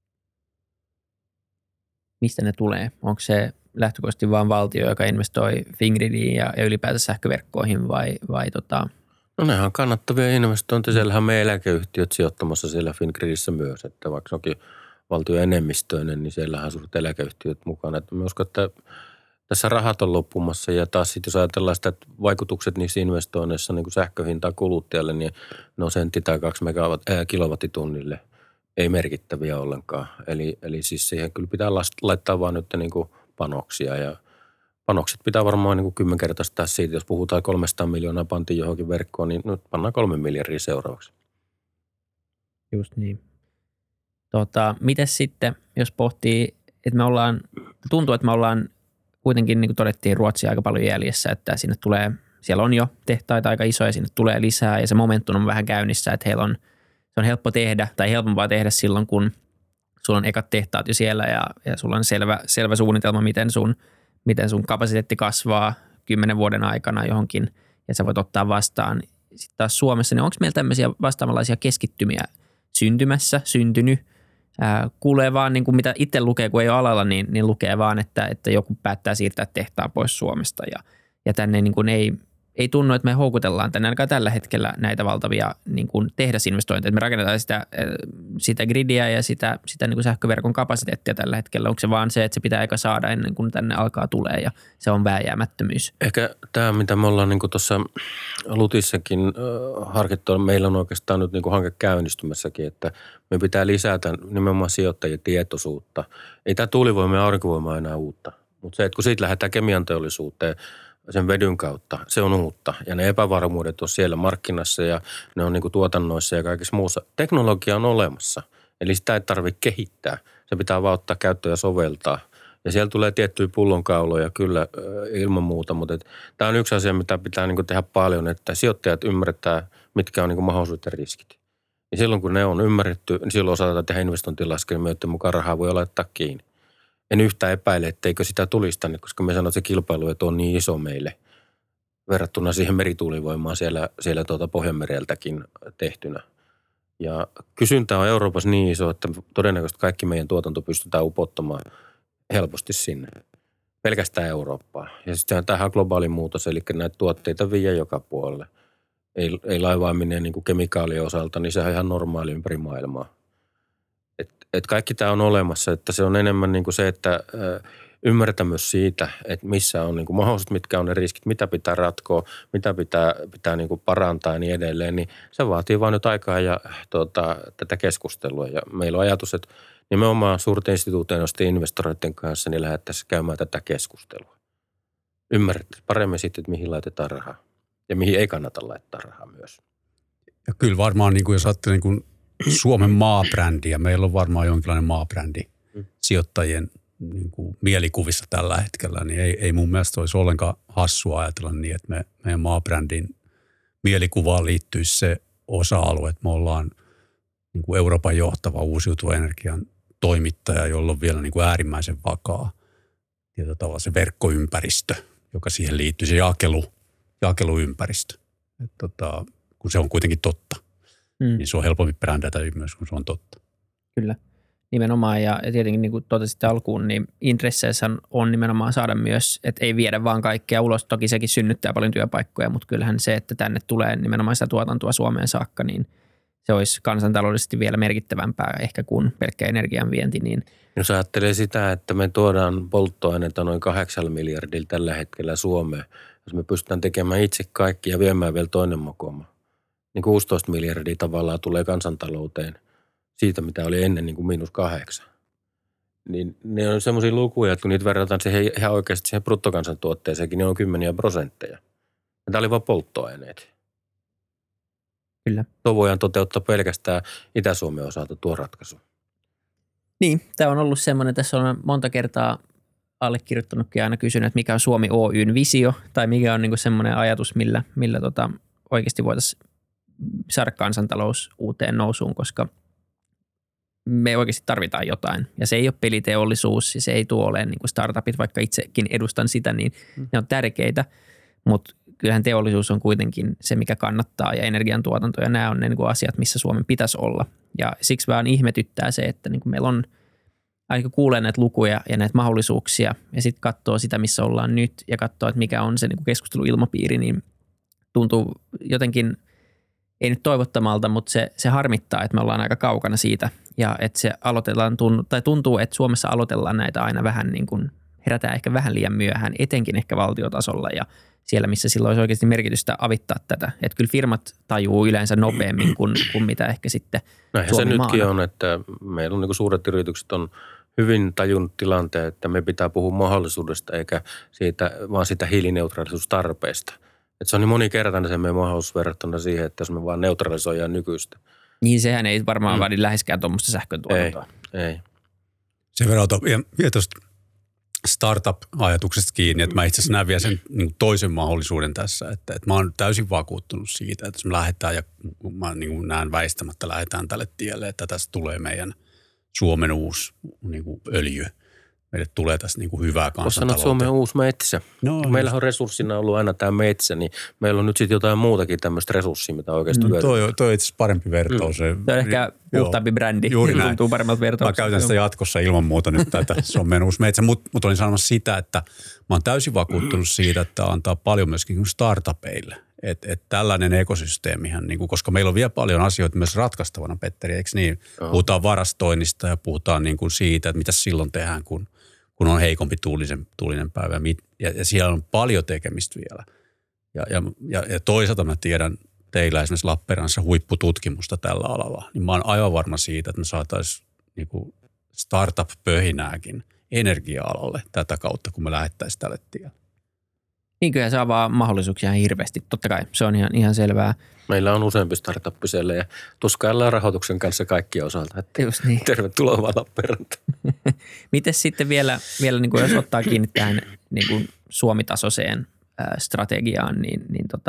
[SPEAKER 1] Mistä ne tulee? Onko se lähtökohtaisesti vain valtio, joka investoi Fingridiin ja ylipäätään sähköverkkoihin vai
[SPEAKER 2] No nehän on kannattavia investointeja. Siellähän me eläkeyhtiöt sijoittamassa siellä Fingridissä myös, että vaikka se onkin valtion enemmistöinen, niin siellähän on suuret eläkeyhtiöt mukana. Että mä uskon, että tässä rahat on loppumassa ja taas sitten jos ajatellaan sitä, että vaikutukset niissä investoinneissa niin kuin sähköhintaan kuluttajalle, niin ne on sentti tai 2 kilowattitunnille. Ei merkittäviä ollenkaan. Eli siis siihen kyllä pitää laittaa vaan nyt niin kuin panoksia ja panokset pitää varmaan niin kuin 10-kertaistaa siitä, jos puhutaan 300 miljoonaa pantiin johonkin verkkoon, niin nyt pannaan 3 miljardia seuraavaksi.
[SPEAKER 1] Just niin. Mites sitten, jos pohtii, että tuntuu, että me ollaan kuitenkin, niin kuin todettiin, Ruotsia aika paljon jäljessä, että siellä on jo tehtaita aika isoja, sinne tulee lisää ja se momentum on vähän käynnissä, että se on helppo tehdä tai helpompaa tehdä silloin, kun sulla on ekat tehtaat jo siellä ja sulla on selvä suunnitelma, miten sun kapasiteetti kasvaa 10 vuoden aikana johonkin ja sä voit ottaa vastaan. Sitten taas Suomessa, niin onko meillä tämmöisiä vastaavanlaisia keskittymiä syntynyt? Kuulee vaan, niin kuin mitä itse lukee, kun ei ole alalla, niin lukee vaan, että joku päättää siirtää tehtaan pois Suomesta ja tänne niin kuin ei tunnu, että me houkutellaan tänne ainakaan tällä hetkellä näitä valtavia niin kuin tehdasinvestointeja. Me rakennetaan sitä gridiä ja sitä niin kuin sähköverkon kapasiteettia tällä hetkellä. Onko se vaan se, että se pitää aika saada ennen kuin tänne alkaa tulee ja se on vääjäämättömyys? Ehkä
[SPEAKER 2] tämä, mitä me ollaan niin kuin tuossa Lutissakin harkittu, meillä on oikeastaan nyt niin kuin hanke käynnistymässäkin, että me pitää lisätä nimenomaan sijoittajien tietoisuutta. Ei tämä tuulivoima ja aurinkovoima enää uutta, mutta se, että kun siitä lähdetään kemian teollisuuteen, sen vedyn kautta, se on uutta. Ja ne epävarmuudet on siellä markkinassa ja ne on niin kuin tuotannoissa ja kaikessa muussa. Teknologia on olemassa, eli sitä ei tarvitse kehittää. Se pitää vaan ottaa käyttöön ja soveltaa. Ja siellä tulee tiettyjä pullonkauloja kyllä ilman muuta, mutta tämä on yksi asia, mitä pitää niin kuin tehdä paljon, että sijoittajat ymmärtää, mitkä on niin kuin mahdollisuudet ja riskit. Ja silloin kun ne on ymmärretty, niin silloin osataan tehdä investointilaskelmia, joiden mukaan rahaa voi laittaa kiinni. En yhtään epäile, etteikö sitä tulisi tänne, koska me sanotaan, että se kilpailuetu on niin iso meille verrattuna siihen merituulivoimaan siellä Pohjanmereltäkin tehtynä. Ja kysyntä on Euroopassa niin iso, että todennäköisesti kaikki meidän tuotanto pystytään upottamaan helposti sinne. Pelkästään Eurooppaan. Ja sitten tämähän on globaali muutos, eli näitä tuotteita vie joka puolelle. Ei laivaaminen niin kuin kemikaalien osalta, niin se on ihan normaali ympäri maailmaa. Että kaikki tämä on olemassa, että se on enemmän niin kuin se, että ymmärtämys siitä, että missä on niin kuin mahdollisuudet, mitkä on ne riskit, mitä pitää ratkoa, mitä pitää niin kuin parantaa ja niin edelleen, niin se vaatii vain nyt aikaa ja tätä keskustelua. Ja meillä on ajatus, että nimenomaan suurten instituutioiden investoreiden kanssa niin lähdettäisiin käymään tätä keskustelua. Ymmärrettäisiin paremmin sitten, että mihin laitetaan rahaa ja mihin ei kannata laittaa rahaa myös.
[SPEAKER 3] Ja kyllä varmaan, niin kuin jos ajattelee niin kuin Suomen maabrändiä, meillä on varmaan jonkinlainen maabrändi sijoittajien niin kuin mielikuvissa tällä hetkellä, niin ei mun mielestä olisi ollenkaan hassua ajatella niin, että meidän maabrändin mielikuvaan liittyisi se osa-alue, että me ollaan niin kuin Euroopan johtava uusiutuvan energian toimittaja, jolla on vielä niin kuin äärimmäisen vakaa tietyllä tavalla se verkkoympäristö, joka siihen liittyy, se jakeluympäristö, kun se on kuitenkin totta. Niin se on helpompi brändätä myös, kun se on totta.
[SPEAKER 1] Kyllä, nimenomaan. Ja tietenkin niin kuin totesitte alkuun, niin intresseissä on nimenomaan saada myös, että ei viedä vaan kaikkea ulos. Toki sekin synnyttää paljon työpaikkoja, mutta kyllähän se, että tänne tulee nimenomaan sitä tuotantoa Suomeen saakka, niin se olisi kansantaloudellisesti vielä merkittävämpää ehkä kuin pelkkä energian vienti. Niin.
[SPEAKER 2] Jos ajattelee sitä, että me tuodaan polttoaineita noin 8 miljardilla tällä hetkellä Suomeen, jos me pystytään tekemään itse kaikki ja viemään vielä toinen mokoma, niin 16 miljardia tavallaan tulee kansantalouteen siitä, mitä oli ennen niin kuin -8. niin ne on semmoisia lukuja, että kun niitä verrataan siihen ihan oikeasti siihen bruttokansantuotteeseenkin, ne on 10%. Ja tämä oli vaan polttoaineet.
[SPEAKER 1] Kyllä.
[SPEAKER 2] Tuo voidaan toteuttaa pelkästään Itä-Suomen osalta tuo ratkaisu.
[SPEAKER 1] Niin, tämä on ollut semmoinen, tässä on monta kertaa allekirjoittanutkin aina kysynyt, että mikä on Suomi Oyn visio tai mikä on niin kuin semmoinen ajatus, millä oikeasti voitaisiin saada kansantalous uuteen nousuun, koska me oikeasti tarvitaan jotain. Ja se ei ole peliteollisuus ja se ei tule olemaan niin kuin startupit, vaikka itsekin edustan sitä, niin ne on tärkeitä, mutta kyllähän teollisuus on kuitenkin se, mikä kannattaa ja energiantuotanto ja nämä on ne niin kuin asiat, missä Suomen pitäisi olla. Ja siksi vaan ihmetyttää se, että niin kuin meillä on aina kuulee näitä lukuja ja näitä mahdollisuuksia ja sitten katsoo sitä, missä ollaan nyt ja katsoo, että mikä on se niin kuin keskusteluilmapiiri, niin tuntuu jotenkin, ei nyt toivottomalta, mutta se harmittaa, että me ollaan aika kaukana siitä ja että se aloitellaan, tuntuu, että Suomessa aloitellaan näitä aina vähän niin kuin, herätään ehkä vähän liian myöhään, etenkin ehkä valtiotasolla ja siellä, missä silloin olisi oikeasti merkitystä avittaa tätä. Että kyllä firmat tajuu yleensä nopeammin kuin mitä ehkä sitten
[SPEAKER 2] näinhän se nytkin on, että meillä on niin kuin suuret yritykset on hyvin tajunnut tilanteen, että me pitää puhua mahdollisuudesta eikä siitä, vaan sitä hiilineutraalisuustarpeesta. Että se on niin monikertainen se meidän mahdollisuus verrattuna siihen, että jos me vaan neutralisoidaan nykyistä.
[SPEAKER 1] Niin sehän ei varmaan vaadi läheskään tuommoista sähköntuotantoa.
[SPEAKER 2] Ei.
[SPEAKER 3] Sen verran vielä tuosta startup-ajatuksesta kiinni, että mä itse asiassa näen vielä sen niin toisen mahdollisuuden tässä, että mä oon täysin vakuuttunut siitä, että jos me lähdetään ja mä niin näen väistämättä lähdetään tälle tielle, että tästä tulee meidän Suomen uusi niin kuin öljy. Meille tulee tässä niin kuin hyvää kansantaloutta.
[SPEAKER 2] Sanot Suomen uusi metsä. No, meillä on resurssina ollut aina tämä metsä, niin meillä on nyt sitten jotain muutakin tämmöistä resurssia, mitä oikeasti
[SPEAKER 3] Toi on itse asiassa parempi vertaus.
[SPEAKER 1] Se on ehkä puhtaampi brändi.
[SPEAKER 3] Juuri näin.
[SPEAKER 1] Tuntuu paremmalta vertaukselta.
[SPEAKER 3] Mä käytän sitä jatkossa ilman muuta nyt tätä Suomen uusi metsä, mutta olin sanomassa sitä, että mä oon täysin vakuuttunut siitä, että antaa paljon myöskin startupeille. Että tällainen ekosysteemihän, niin kuin, koska meillä on vielä paljon asioita myös ratkaistavana, Petteri, eikö niin? Puhutaan varastoinnista ja puhutaan niin kuin siitä, että mitä silloin tehdään, kun on heikompi tuulinen päivä. Ja siellä on paljon tekemistä vielä. Ja toisaalta mä tiedän teillä esimerkiksi Lappeenrannassa huippututkimusta tällä alalla. Niin mä oon aivan varma siitä, että me saataisiin niin kuin startup-pöhinääkin energia-alalle tätä kautta, kun me lähettäisiin tälle tielle.
[SPEAKER 1] Niin kyllä se avaa mahdollisuuksia hirveästi. Totta kai se on ihan selvää.
[SPEAKER 2] Meillä on useampi startup siellä ja tuskaillaan rahoituksen kanssa kaikkia osalta. Että
[SPEAKER 1] just niin.
[SPEAKER 2] Tervetuloa vaan Lappeenrantaan.
[SPEAKER 1] Mites sitten vielä niin kuin jos ottaa kiinni tähän niin kuin Suomi-tasoiseen strategiaan, niin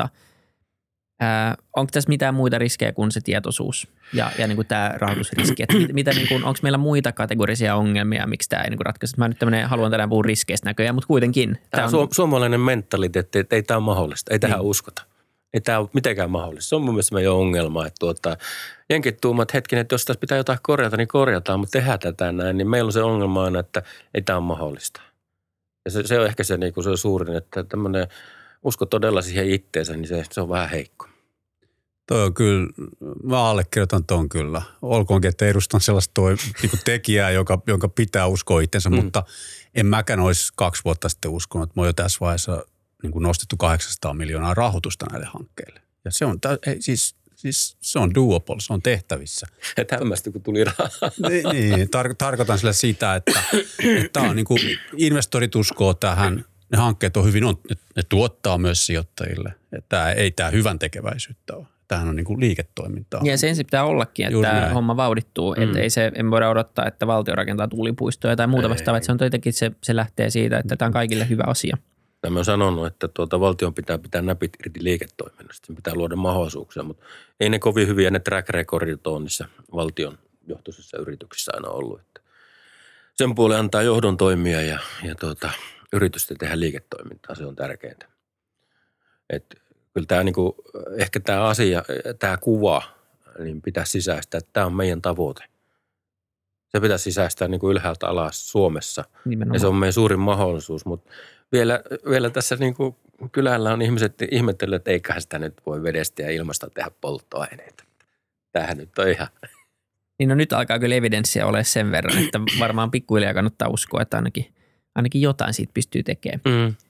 [SPEAKER 1] onko tässä mitään muita riskejä kuin se tietoisuus ja niin kuin tämä rahoitusriski? Mitä niin kuin, onko meillä muita kategorisia ongelmia, miksi tämä ei niin kuin ratkaise? Mä nyt haluan tänään puhua riskeistä näköjään, mutta kuitenkin.
[SPEAKER 2] Tämä on suomalainen mentaliteetti, että ei tämä ole mahdollista, ei tähän uskota. Ei tämä ole mitenkään mahdollista. Se on mun mielestä meidän ongelma, että jenkit tuumat hetkinen, että jos tässä pitää jotain korjata, niin korjataan, mutta tehdään tätä näin, niin meillä on se ongelma aina, että ei tämä ole mahdollista. Ja se on ehkä se, niin kuin se on suurin, että tämmöinen usko todella siihen itteensä, niin se on vähän heikko.
[SPEAKER 3] Toi on kyllä, mä allekirjoitan ton kyllä. Olkoonkin, että edustan sellaista niin tekijää, jonka pitää uskoa itsensä, mutta en mäkään olisi 2 vuotta sitten uskonut, että mä oon jo tässä vaiheessa niin kuin nostettu 800 miljoonaa rahoitusta näille hankkeille. Ja se on, siis se on doable, se on tehtävissä.
[SPEAKER 2] Et hämmästy, kun tuli rahaa.
[SPEAKER 3] Niin, tarkoitan sille sitä, että tämä on niin kuin investorit uskoo tähän. Ne hankkeet on hyvin, ne tuottaa myös sijoittajille. Että ei tämä hyvän tekeväisyyttä ole. Tämähän on niin kuin liiketoimintaa.
[SPEAKER 1] Ja sen pitää ollakin, että tämä homma vauhdittuu. Että ei voida odottaa, että valtio rakentaa tuulipuistoja tai muuta vastaavaa. Se on jotenkin, se lähtee siitä, että tämä on kaikille hyvä asia.
[SPEAKER 2] Mä oon sanonut, että valtion pitää näpit irti liiketoiminnasta. Sen pitää luoda mahdollisuuksia, mutta ei ne kovin hyviä ne track recordit ole niissä valtion johtoisissa yrityksissä aina ollut. Että sen puoleen antaa johdon toimia ja yritysten tehdä liiketoimintaa, se on tärkeintä. Että kyllä tämä niinku, ehkä tämä asia, tämä kuva, niin pitäisi sisäistää, että tämä on meidän tavoite. Se pitäisi sisäistää niinku ylhäältä alas Suomessa. Nimenomaan. Ja se on meidän suurin mahdollisuus, mutta vielä tässä niinku kylällä on ihmiset ihmetellyt, että eiköhän sitä nyt voi vedestä ja ilmasta tehdä polttoaineita. Tämähän nyt on ihan...
[SPEAKER 1] Niin no nyt alkaa kyllä evidenssiä ole sen verran, että varmaan pikkuhiljaa kannattaa uskoa, että ainakin jotain siitä pystyy tekemään.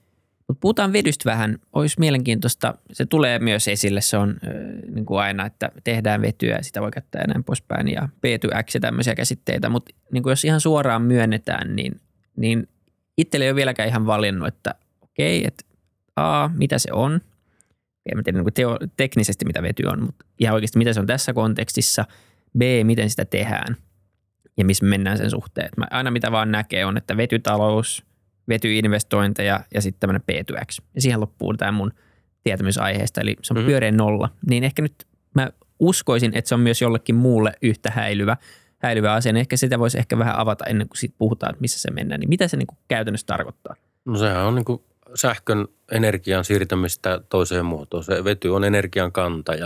[SPEAKER 1] Mutta puhutaan vedystä vähän. Olisi mielenkiintoista. Se tulee myös esille. Se on niin kuin aina, että tehdään vetyä ja sitä voi käyttää ja näin poispäin. Ja P2X ja tämmöisiä käsitteitä. Mutta niin kuin jos ihan suoraan myönnetään, niin itselle ei ole vieläkään ihan valinnut, että okei, että A, mitä se on. En tiedä niin teknisesti, mitä vety on, mutta ihan oikeasti, mitä se on tässä kontekstissa. B, miten sitä tehdään ja missä mennään sen suhteen. Aina mitä vaan näkee on, että vetytalous, vetyinvestointeja ja sitten tämmöinen P2X. Ja siihen loppuu tämä mun tietämysaiheesta, eli se on pyöreä nolla. Niin ehkä nyt mä uskoisin, että se on myös jollekin muulle yhtä häilyvä asia. Ehkä sitä voisi ehkä vähän avata ennen kuin siitä puhutaan, että missä se mennään. Niin mitä se niin kuin käytännössä tarkoittaa? No
[SPEAKER 2] sehän on niin kuin sähkön energian siirtämistä toiseen muotoon. Se vety on energian kantaja.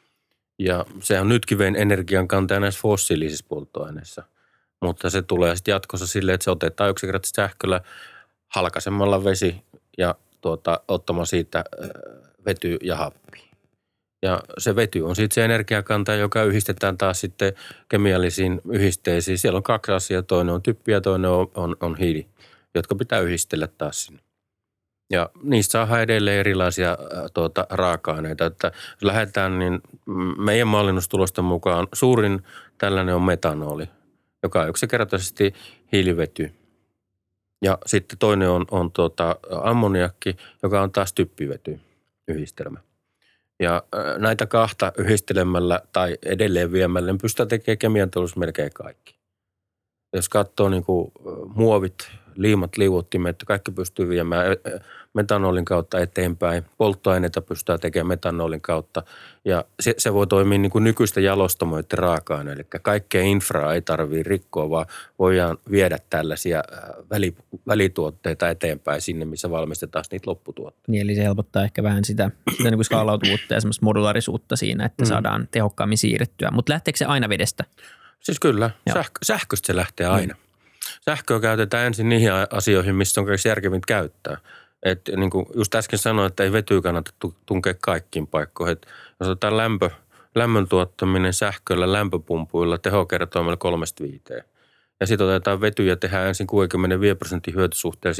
[SPEAKER 2] Ja se on nytkin energian kantaja näissä fossiilisissa polttoaineissa. Mutta se tulee sitten jatkossa silleen, että se otetaan yksinkertaisesti sähköllä halkaisemalla vesi ja ottamaan siitä vety ja happi. Ja se vety on sitten se energiakantaja, joka yhdistetään taas sitten kemiallisiin yhdisteisiin. Siellä on kaksi asiaa. Toinen on typpi ja toinen on hiili, jotka pitää yhdistellä taas sinne. Ja niistä saadaan edelleen erilaisia raaka-aineita. Että jos lähdetään, niin meidän mallinnustulosten mukaan suurin tällainen on metanoli, joka on yksinkertaisesti hiilivety. Ja sitten toinen on ammoniakki, joka on taas typpivety-yhdistelmä. Ja näitä kahta yhdistelemällä tai edelleen viemällä, niin pystytään tekemään kemianteollisuus melkein kaikki. Jos katsoo niin kuin muovit, liimat, liuottimet, kaikki pystyy viemään metanolin kautta eteenpäin. Polttoaineita pystytään tekemään metanolin kautta. Ja se voi toimia niin kuin nykyistä jalostamoiden raaka-aine. Eli kaikkea infraa ei tarvitse rikkoa, vaan voidaan viedä tällaisia välituotteita eteenpäin sinne, missä valmistetaan niitä lopputuotteita.
[SPEAKER 1] Niin, eli se helpottaa ehkä vähän sitä niin kuin skaalautuvuutta ja semmoista modulaarisuutta siinä, että saadaan tehokkaammin siirrettyä. Mutta lähteekö se aina vedestä?
[SPEAKER 2] Siis kyllä. Sähköstä se lähtee aina. Sähköä käytetään ensin niihin asioihin, missä on kaikkein järkevintä käyttää. Että niin kuin just äsken sanoin, että ei vetyä kannata tunkea kaikkiin paikkoihin. Et jos otetaan lämmön tuottaminen sähköllä lämpöpumpuilla tehokertoimella 3-5. Ja sitten otetaan vetyä ja tehdään ensin 65% hyötysuhteen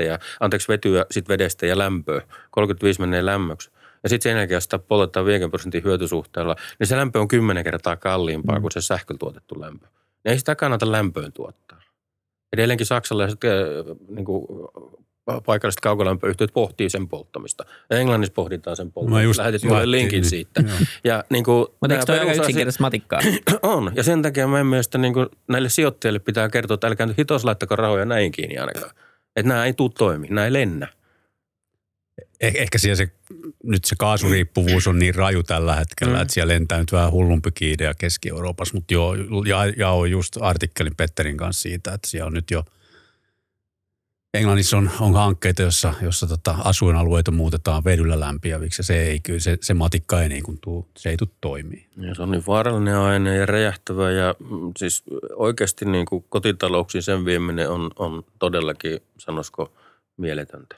[SPEAKER 2] vetyä sit vedestä ja lämpöä. 35 menee lämmöksi. Ja sitten sen jälkeen, jos sitä poltetaan 50% hyötysuhteella, niin se lämpö on 10 kertaa kalliimpaa kuin se sähköllä tuotettu lämpö. Ja ei sitä kannata lämpöön tuottaa. Edelleenkin saksalaiset niin kuin paikalliset kaukolämpöyhtiöt pohtii sen polttamista. Ja Englannissa pohditaan sen polttamista. Lähetit mulle linkin siitä. Ja niin kuin
[SPEAKER 1] mutta eikö toi aika yksinkertaisesti matikkaa?
[SPEAKER 2] On. Ja sen takia meidän mielestä niin kuin näille sijoittajille pitää kertoa, että älkää nyt hitos laittako rahoja näin kiinni ainakaan. Että nämä ei tule toimi, nämä ei lennä.
[SPEAKER 3] Ehkä siellä nyt se kaasuriippuvuus on niin raju tällä hetkellä, että siellä lentää nyt vähän hullumpikin idea Keski-Euroopassa. Mutta joo, ja on just artikkelin Petterin kanssa siitä, että siellä on nyt jo Englannissa on hankkeita, jossa asuinalueita muutetaan vedyllä lämpiäviksi ja se matikka ei niin kuin se ei tule toimii.
[SPEAKER 2] Ja se on niin vaarallinen aine ja räjähtävä ja siis oikeasti niin kuin kotitalouksiin sen vieminen on todellakin, sanoisiko, mieletöntä.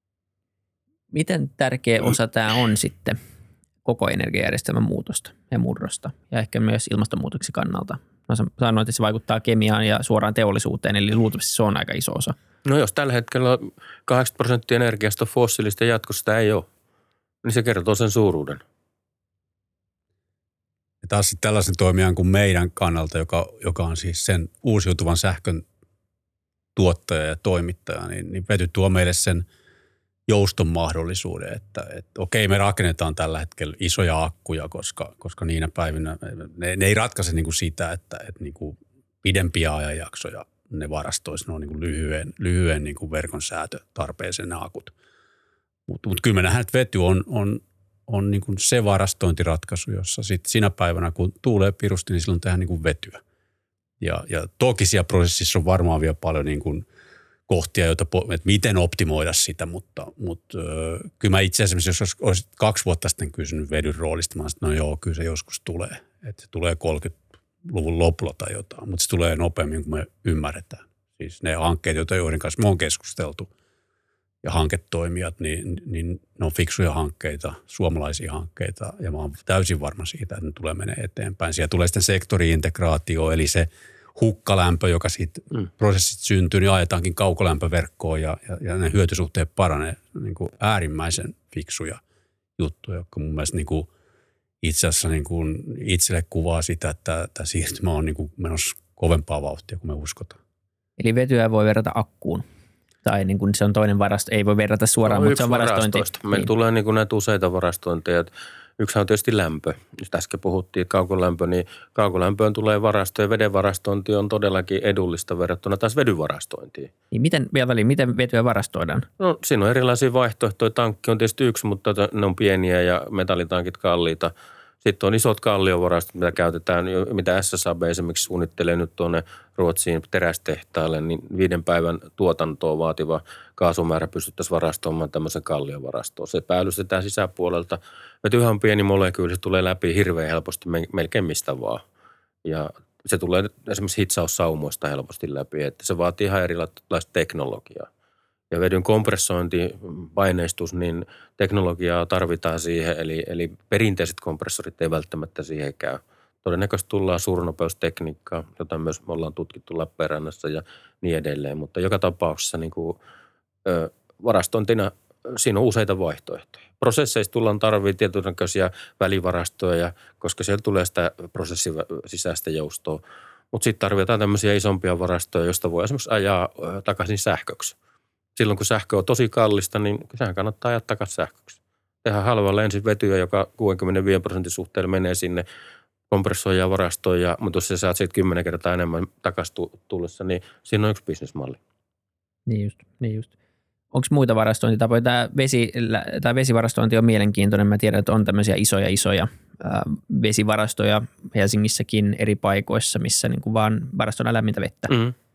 [SPEAKER 1] Miten tärkeä osa tämä on sitten koko energiajärjestelmän muutosta ja murrosta ja ehkä myös ilmastonmuutoksen kannalta? Mä sanoin, että se vaikuttaa kemiaan ja suoraan teollisuuteen, eli luultavasti se on aika iso osa.
[SPEAKER 2] No jos tällä hetkellä 80% energiasta on fossiilista ja jatkossa sitä ei ole, niin se kertoo sen suuruuden.
[SPEAKER 3] Ja taas sitten tällaisen toimijan kuin meidän kannalta, joka on siis sen uusiutuvan sähkön tuottaja ja toimittaja, niin vety tuo meille sen jouston mahdollisuuden, että okei, me rakennetaan tällä hetkellä isoja akkuja, koska niinä päivinä ne ei ratkaise niin kuin sitä, että niin kuin pidempiä ajanjaksoja ne varastoisi, ne on niin kuin lyhyen niin kuin verkon säätötarpeeseen ne akut. Mutta kyllä me nähdään, että vety on niin kuin se varastointiratkaisu, jossa sitten sinä päivänä, kun tuulee pirusti, niin silloin tehdään niin kuin vetyä. Ja toki siellä prosessissa on varmaan vielä paljon niin kuin kohtia, että miten optimoida sitä, mutta kyllä mä itse asiassa, jos olisit 2 vuotta sitten kysynyt vedyn roolista, mä sanoin, no joo, kyllä se joskus tulee. Että se tulee 30-luvun lopulla tai jotain, mutta se tulee nopeammin kuin me ymmärretään. Siis ne hankkeet, joiden kanssa me on keskusteltu ja hanketoimijat, niin ne on fiksuja hankkeita, suomalaisia hankkeita ja mä oon täysin varma siitä, että ne tulee menee eteenpäin. Siellä tulee sitten sektori-integraatio, eli se hukkalämpö, joka siitä prosessista syntyy, niin ajetaankin kaukolämpöverkkoon ja ne hyötysuhteet paranee. Niin kuin äärimmäisen fiksuja juttuja, jotka mun mielestä niin kuin itse asiassa niin kuin itselle kuvaa sitä, että tämä siirtymä on niin kuin menossa kovempaa vauhtia kuin me uskotaan.
[SPEAKER 1] Eli vetyä voi verrata akkuun. Tai niin kuin se on toinen varasto, ei voi verrata suoraan, mutta se on varastointi.
[SPEAKER 2] Meillä tulee niin kuin näitä useita varastointeja. Yksi on tietysti lämpö. Jos äsken puhuttiin, että kaukolämpö, niin kaukolämpöön tulee varasto ja veden varastointi on todellakin edullista verrattuna taas vedyn varastointiin.
[SPEAKER 1] Niin miten vetyä varastoidaan?
[SPEAKER 2] No siinä on erilaisia vaihtoehtoja. Tankki on tietysti yksi, mutta ne on pieniä ja metallitankit kalliita. Sitten on isot kalliovarastot, mitä käytetään, mitä SSAB esimerkiksi suunnittelee nyt tuonne Ruotsiin terästehtaalle, niin 5 päivän tuotantoa vaativa kaasumäärä pystyttäisiin varastoimaan tämmöisen kalliovarastoon. Se päällystetään sisäpuolelta. Vetyhän on pieni molekyyli, se tulee läpi hirveän helposti, melkein mistä vaan. Ja se tulee esimerkiksi hitsaussaumoista helposti läpi, että se vaatii ihan erilaista teknologiaa. Ja vedyn kompressointi, paineistus, niin teknologiaa tarvitaan siihen, eli perinteiset kompressorit ei välttämättä siihen käy. Todennäköisesti tullaan suurnopeustekniikkaa, jota myös me ollaan tutkittu Lappeenrannassa ja niin edelleen. Mutta joka tapauksessa niin kuin, varastointina siinä on useita vaihtoehtoja. Prosesseissa tullaan tarvitsemaan tietynlaisia välivarastoja, koska siellä tulee sitä prosessin sisäistä joustoa. Mutta sitten tarvitaan tämmöisiä isompia varastoja, joista voi esimerkiksi ajaa takaisin sähköksi. Silloin kun sähkö on tosi kallista, niin sehän kannattaa ajaa takaisin sähköksi. Tehdään halvalla ensin vetyä, joka 65% suhteella menee sinne kompressoon ja varastoon, mutta jos sä saat siitä 10 kertaa enemmän takaisin tullessa, niin siinä on yksi bisnesmalli.
[SPEAKER 1] Niin just. Onko muita varastointitapoja? Tämä vesivarastointi on mielenkiintoinen. Mä tiedän, että on tämmöisiä isoja vesivarastoja Helsingissäkin eri paikoissa, missä niin kuin vaan varastoidaan lämmintä vettä.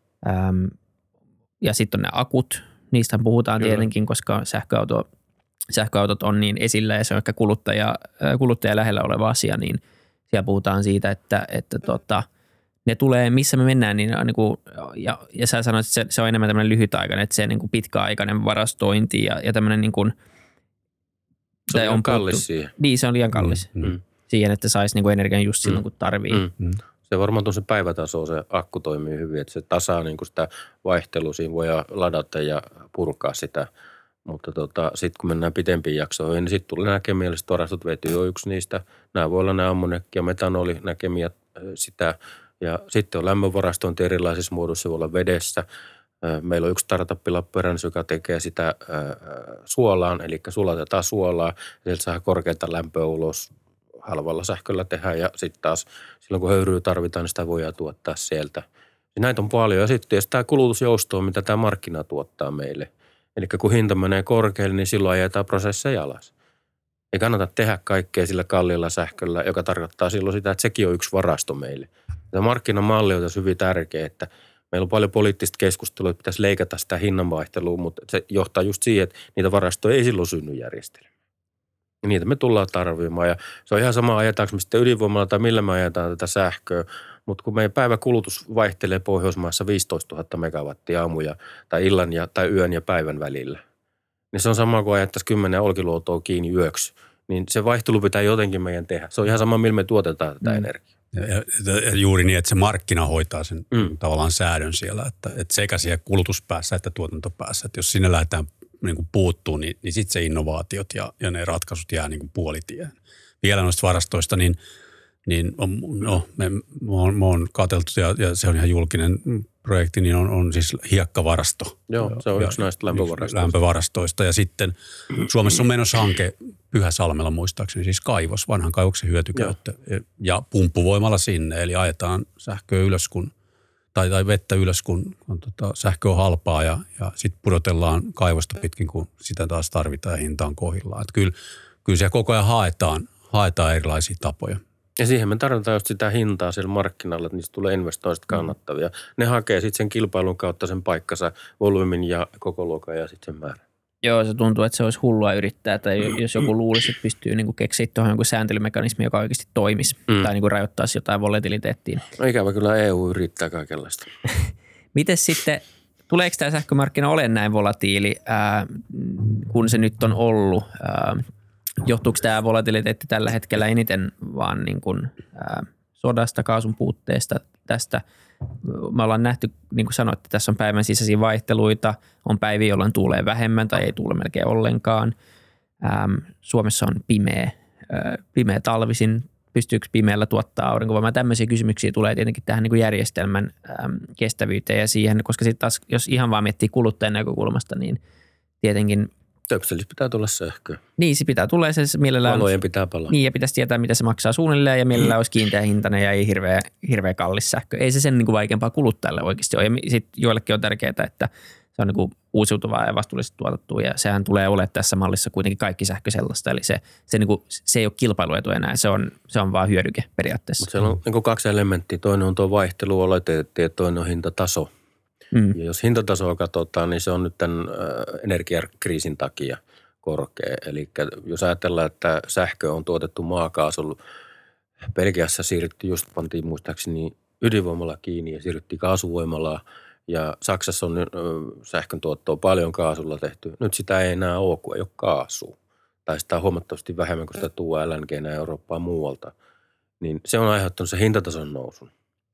[SPEAKER 1] Ja sitten on ne akut. Niistä puhutaan tietenkin, koska sähköautot on niin esillä ja se on ehkä kuluttaja lähellä oleva asia, niin siellä puhutaan siitä, että ne tulee, missä me mennään, niin ja sä sanoit, että se on enemmän tämmöinen lyhytaikainen, että se niin kuin pitkäaikainen varastointi ja tämmöinen niin kuin,
[SPEAKER 2] se on kallis siihen.
[SPEAKER 1] Niin, se on liian kallis siihen, että saisi niin kuin energian just silloin, kun tarvii.
[SPEAKER 2] Se varmaan tuon se päivätaso, se akku toimii hyvin, että se tasaa niin kuin sitä vaihtelua, siinä voi ladata ja purkaa sitä. Mutta sitten kun mennään pitempiin jaksoihin, niin sitten tulee nämä kemialliset varastot, vety on yksi niistä. Nämä voi olla nämä ammoniakki ja metanoli, nämä kemiat sitä. Ja sitten on lämmönvarastointi erilaisissa muodoissa, se voi olla vedessä. Meillä on yksi startup Lappeenrannassa, joka tekee sitä suolaan, eli sulatetaan suolaa. Sieltä saa korkeinta lämpöä ulos. Halvalla sähköllä tehdään ja sitten taas silloin kun höyryä tarvitaan, niin sitä voidaan tuottaa sieltä. Ja näitä on paljon. Ja sitten jos tämä kulutusjousto on, mitä tämä markkina tuottaa meille. Eli kun hinta menee korkealle, niin silloin ajetaan prosesseja alas. Ei kannata tehdä kaikkea sillä kalliilla sähköllä, joka tarkoittaa silloin sitä, että sekin on yksi varasto meille. Tämä markkinamalli on tässä hyvin tärkeä, että meillä on paljon poliittista keskustelua, että pitäisi leikata sitä hinnanvaihtelua, mutta se johtaa just siihen, että niitä varastoja ei silloin synny järjestelmään. Ja niitä me tullaan tarvimaan ja se on ihan sama ajetaanko me sitten ydinvoimalla tai millä me ajetaan tätä sähköä, mutta kun meidän päiväkulutus vaihtelee Pohjoismaissa 15 000 megawattia aamuja tai illan tai yön ja päivän välillä, niin se on sama kuin ajettaisiin 10 olkiluotoa kiinni yöksi, niin se vaihtelu pitää jotenkin meidän tehdä. Se on ihan sama, millä me tuotetaan tätä energiaa.
[SPEAKER 3] Ja juuri niin, että se markkina hoitaa sen tavallaan säädön siellä, että sekä siellä kulutuspäässä että tuotantopäässä, että jos sinne lähdetään niin kuin puuttuu, niin sitten se innovaatiot ja ne ratkaisut jää niin kuin puolitiehen. Vielä noista varastoista, niin me on katseltu, ja se on ihan julkinen projekti, niin on siis hiekkavarasto.
[SPEAKER 2] Joo, se on yksi näistä
[SPEAKER 3] lämpövarastoista. Ja sitten Suomessa on menossa hanke Pyhäsalmella muistaakseni, siis kaivos, vanhan kaivoksen hyötykäyttö. Ja pumppuvoimalla sinne, eli ajetaan sähköä ylös, tai vettä ylös, kun sähkö on halpaa ja sitten pudotellaan kaivosta pitkin, kun sitä taas tarvitaan ja hinta on kohdillaan. Että kyllä siellä koko ajan haetaan erilaisia tapoja.
[SPEAKER 2] Ja siihen me tarvitaan just sitä hintaa siellä markkinalla, että niistä tulee investoinnista kannattavia. Ne hakee sitten sen kilpailun kautta sen paikkansa, volyymin ja koko luokan ja sitten sen määrän.
[SPEAKER 1] Joo, se tuntuu, että se olisi hullua yrittää, tai jos joku luulisi, että pystyy niin keksiä tuohon jonkun sääntelymekanismi, joka oikeasti toimisi, tai niin rajoittaisi jotain volatiliteettiin.
[SPEAKER 2] No ikävä kyllä EU yrittää kaikenlaista.
[SPEAKER 1] Miten sitten, tuleeko tämä sähkömarkkina olemaan näin volatiili, kun se nyt on ollut? Johtuuko tämä volatiliteetti tällä hetkellä eniten vaan niin kuin, sodasta, kaasun puutteesta tästä. Me ollaan nähty, niin kuin sanoit, että tässä on päivän sisäisiä vaihteluita, on päiviä, jolloin tuulee vähemmän tai ei tuule melkein ollenkaan. Suomessa on pimeä talvisin, pystyykö pimeällä tuottaa aurinkovoimaa. Tämmöisiä kysymyksiä tulee tietenkin tähän niin kuin järjestelmän kestävyyteen ja siihen, koska sitten taas, jos ihan vaan miettii kuluttajan näkökulmasta, niin tietenkin
[SPEAKER 2] Töpselissä pitää tulla sähköä.
[SPEAKER 1] niin, se pitää tulla se mielellään.
[SPEAKER 2] Valojen pitää palaa.
[SPEAKER 1] Niin, ja pitäisi tietää, mitä se maksaa suunnilleen, ja mielellään olisi kiinteä hintainen ja ei hirveä kallis sähkö. Ei se sen niin kuin vaikeampaa kuluttajalle oikeasti ole. Ja sitten joillekin on tärkeää, että se on niin kuin uusiutuvaa ja vastuullisesti tuotettua, ja sehän tulee olemaan tässä mallissa kuitenkin kaikki sähkö sellaista. Eli se ei ole kilpailuetu enää, se on vaan hyödyke periaatteessa.
[SPEAKER 2] Mutta siellä on niin kuin 2 elementtiä. Toinen on tuo vaihteluoloiteetti ja toinen on hintataso. Ja jos hintatasoa katsotaan, niin se on nyt tämän energiakriisin takia korkea. Eli jos ajatellaan, että sähkö on tuotettu maakaasulla, Belgiassa pantiin muistaakseni ydinvoimalla kiinni ja siirryttiin kaasuvoimalaan. Ja Saksassa on sähkön tuottoa paljon kaasulla tehty. Nyt sitä ei enää ole, kun ei ole kaasua. Tai sitä on huomattavasti vähemmän, kun sitä tuo LNG:nä Eurooppaan muualta. Niin se on aiheuttanut se hintatason nousun.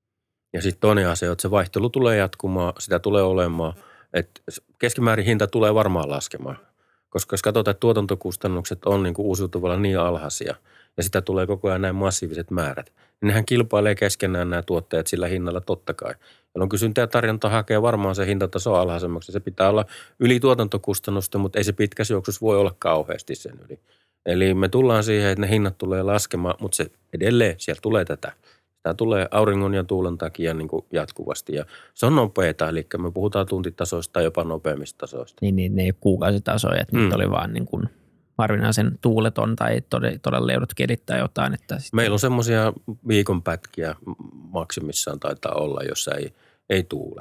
[SPEAKER 2] Ja sitten toinen asia, että se vaihtelu tulee jatkumaan, sitä tulee olemaan, että keskimäärin hinta tulee varmaan laskemaan. Koska jos katsotaan, että tuotantokustannukset on niin kuin uusiutuvalla niin alhaisia ja sitä tulee koko ajan näin massiiviset määrät, niin nehän kilpailee keskenään nämä tuotteet sillä hinnalla totta kai. Jolloin kysyntä ja tarjonta hakee varmaan se hintataso alhaisemmaksi. Se pitää olla yli tuotantokustannusta, mutta ei se pitkässä juoksussa voi olla kauheasti sen yli. Eli me tullaan siihen, että ne hinnat tulee laskemaan, mutta se edelleen siellä tulee tätä. Tämä tulee auringon ja tuulen takia niin kuin jatkuvasti ja se on nopeata, eli me puhutaan tuntitasoista tai jopa nopeammista tasoista.
[SPEAKER 1] Niin ne ei ole kuukausitasoja, että nyt oli vaan niin kuin harvinaisen tuuleton tai todella leudut kelit tai jotain. Että
[SPEAKER 2] meillä on semmoisia viikonpätkiä maksimissaan taitaa olla, jossa ei tuule.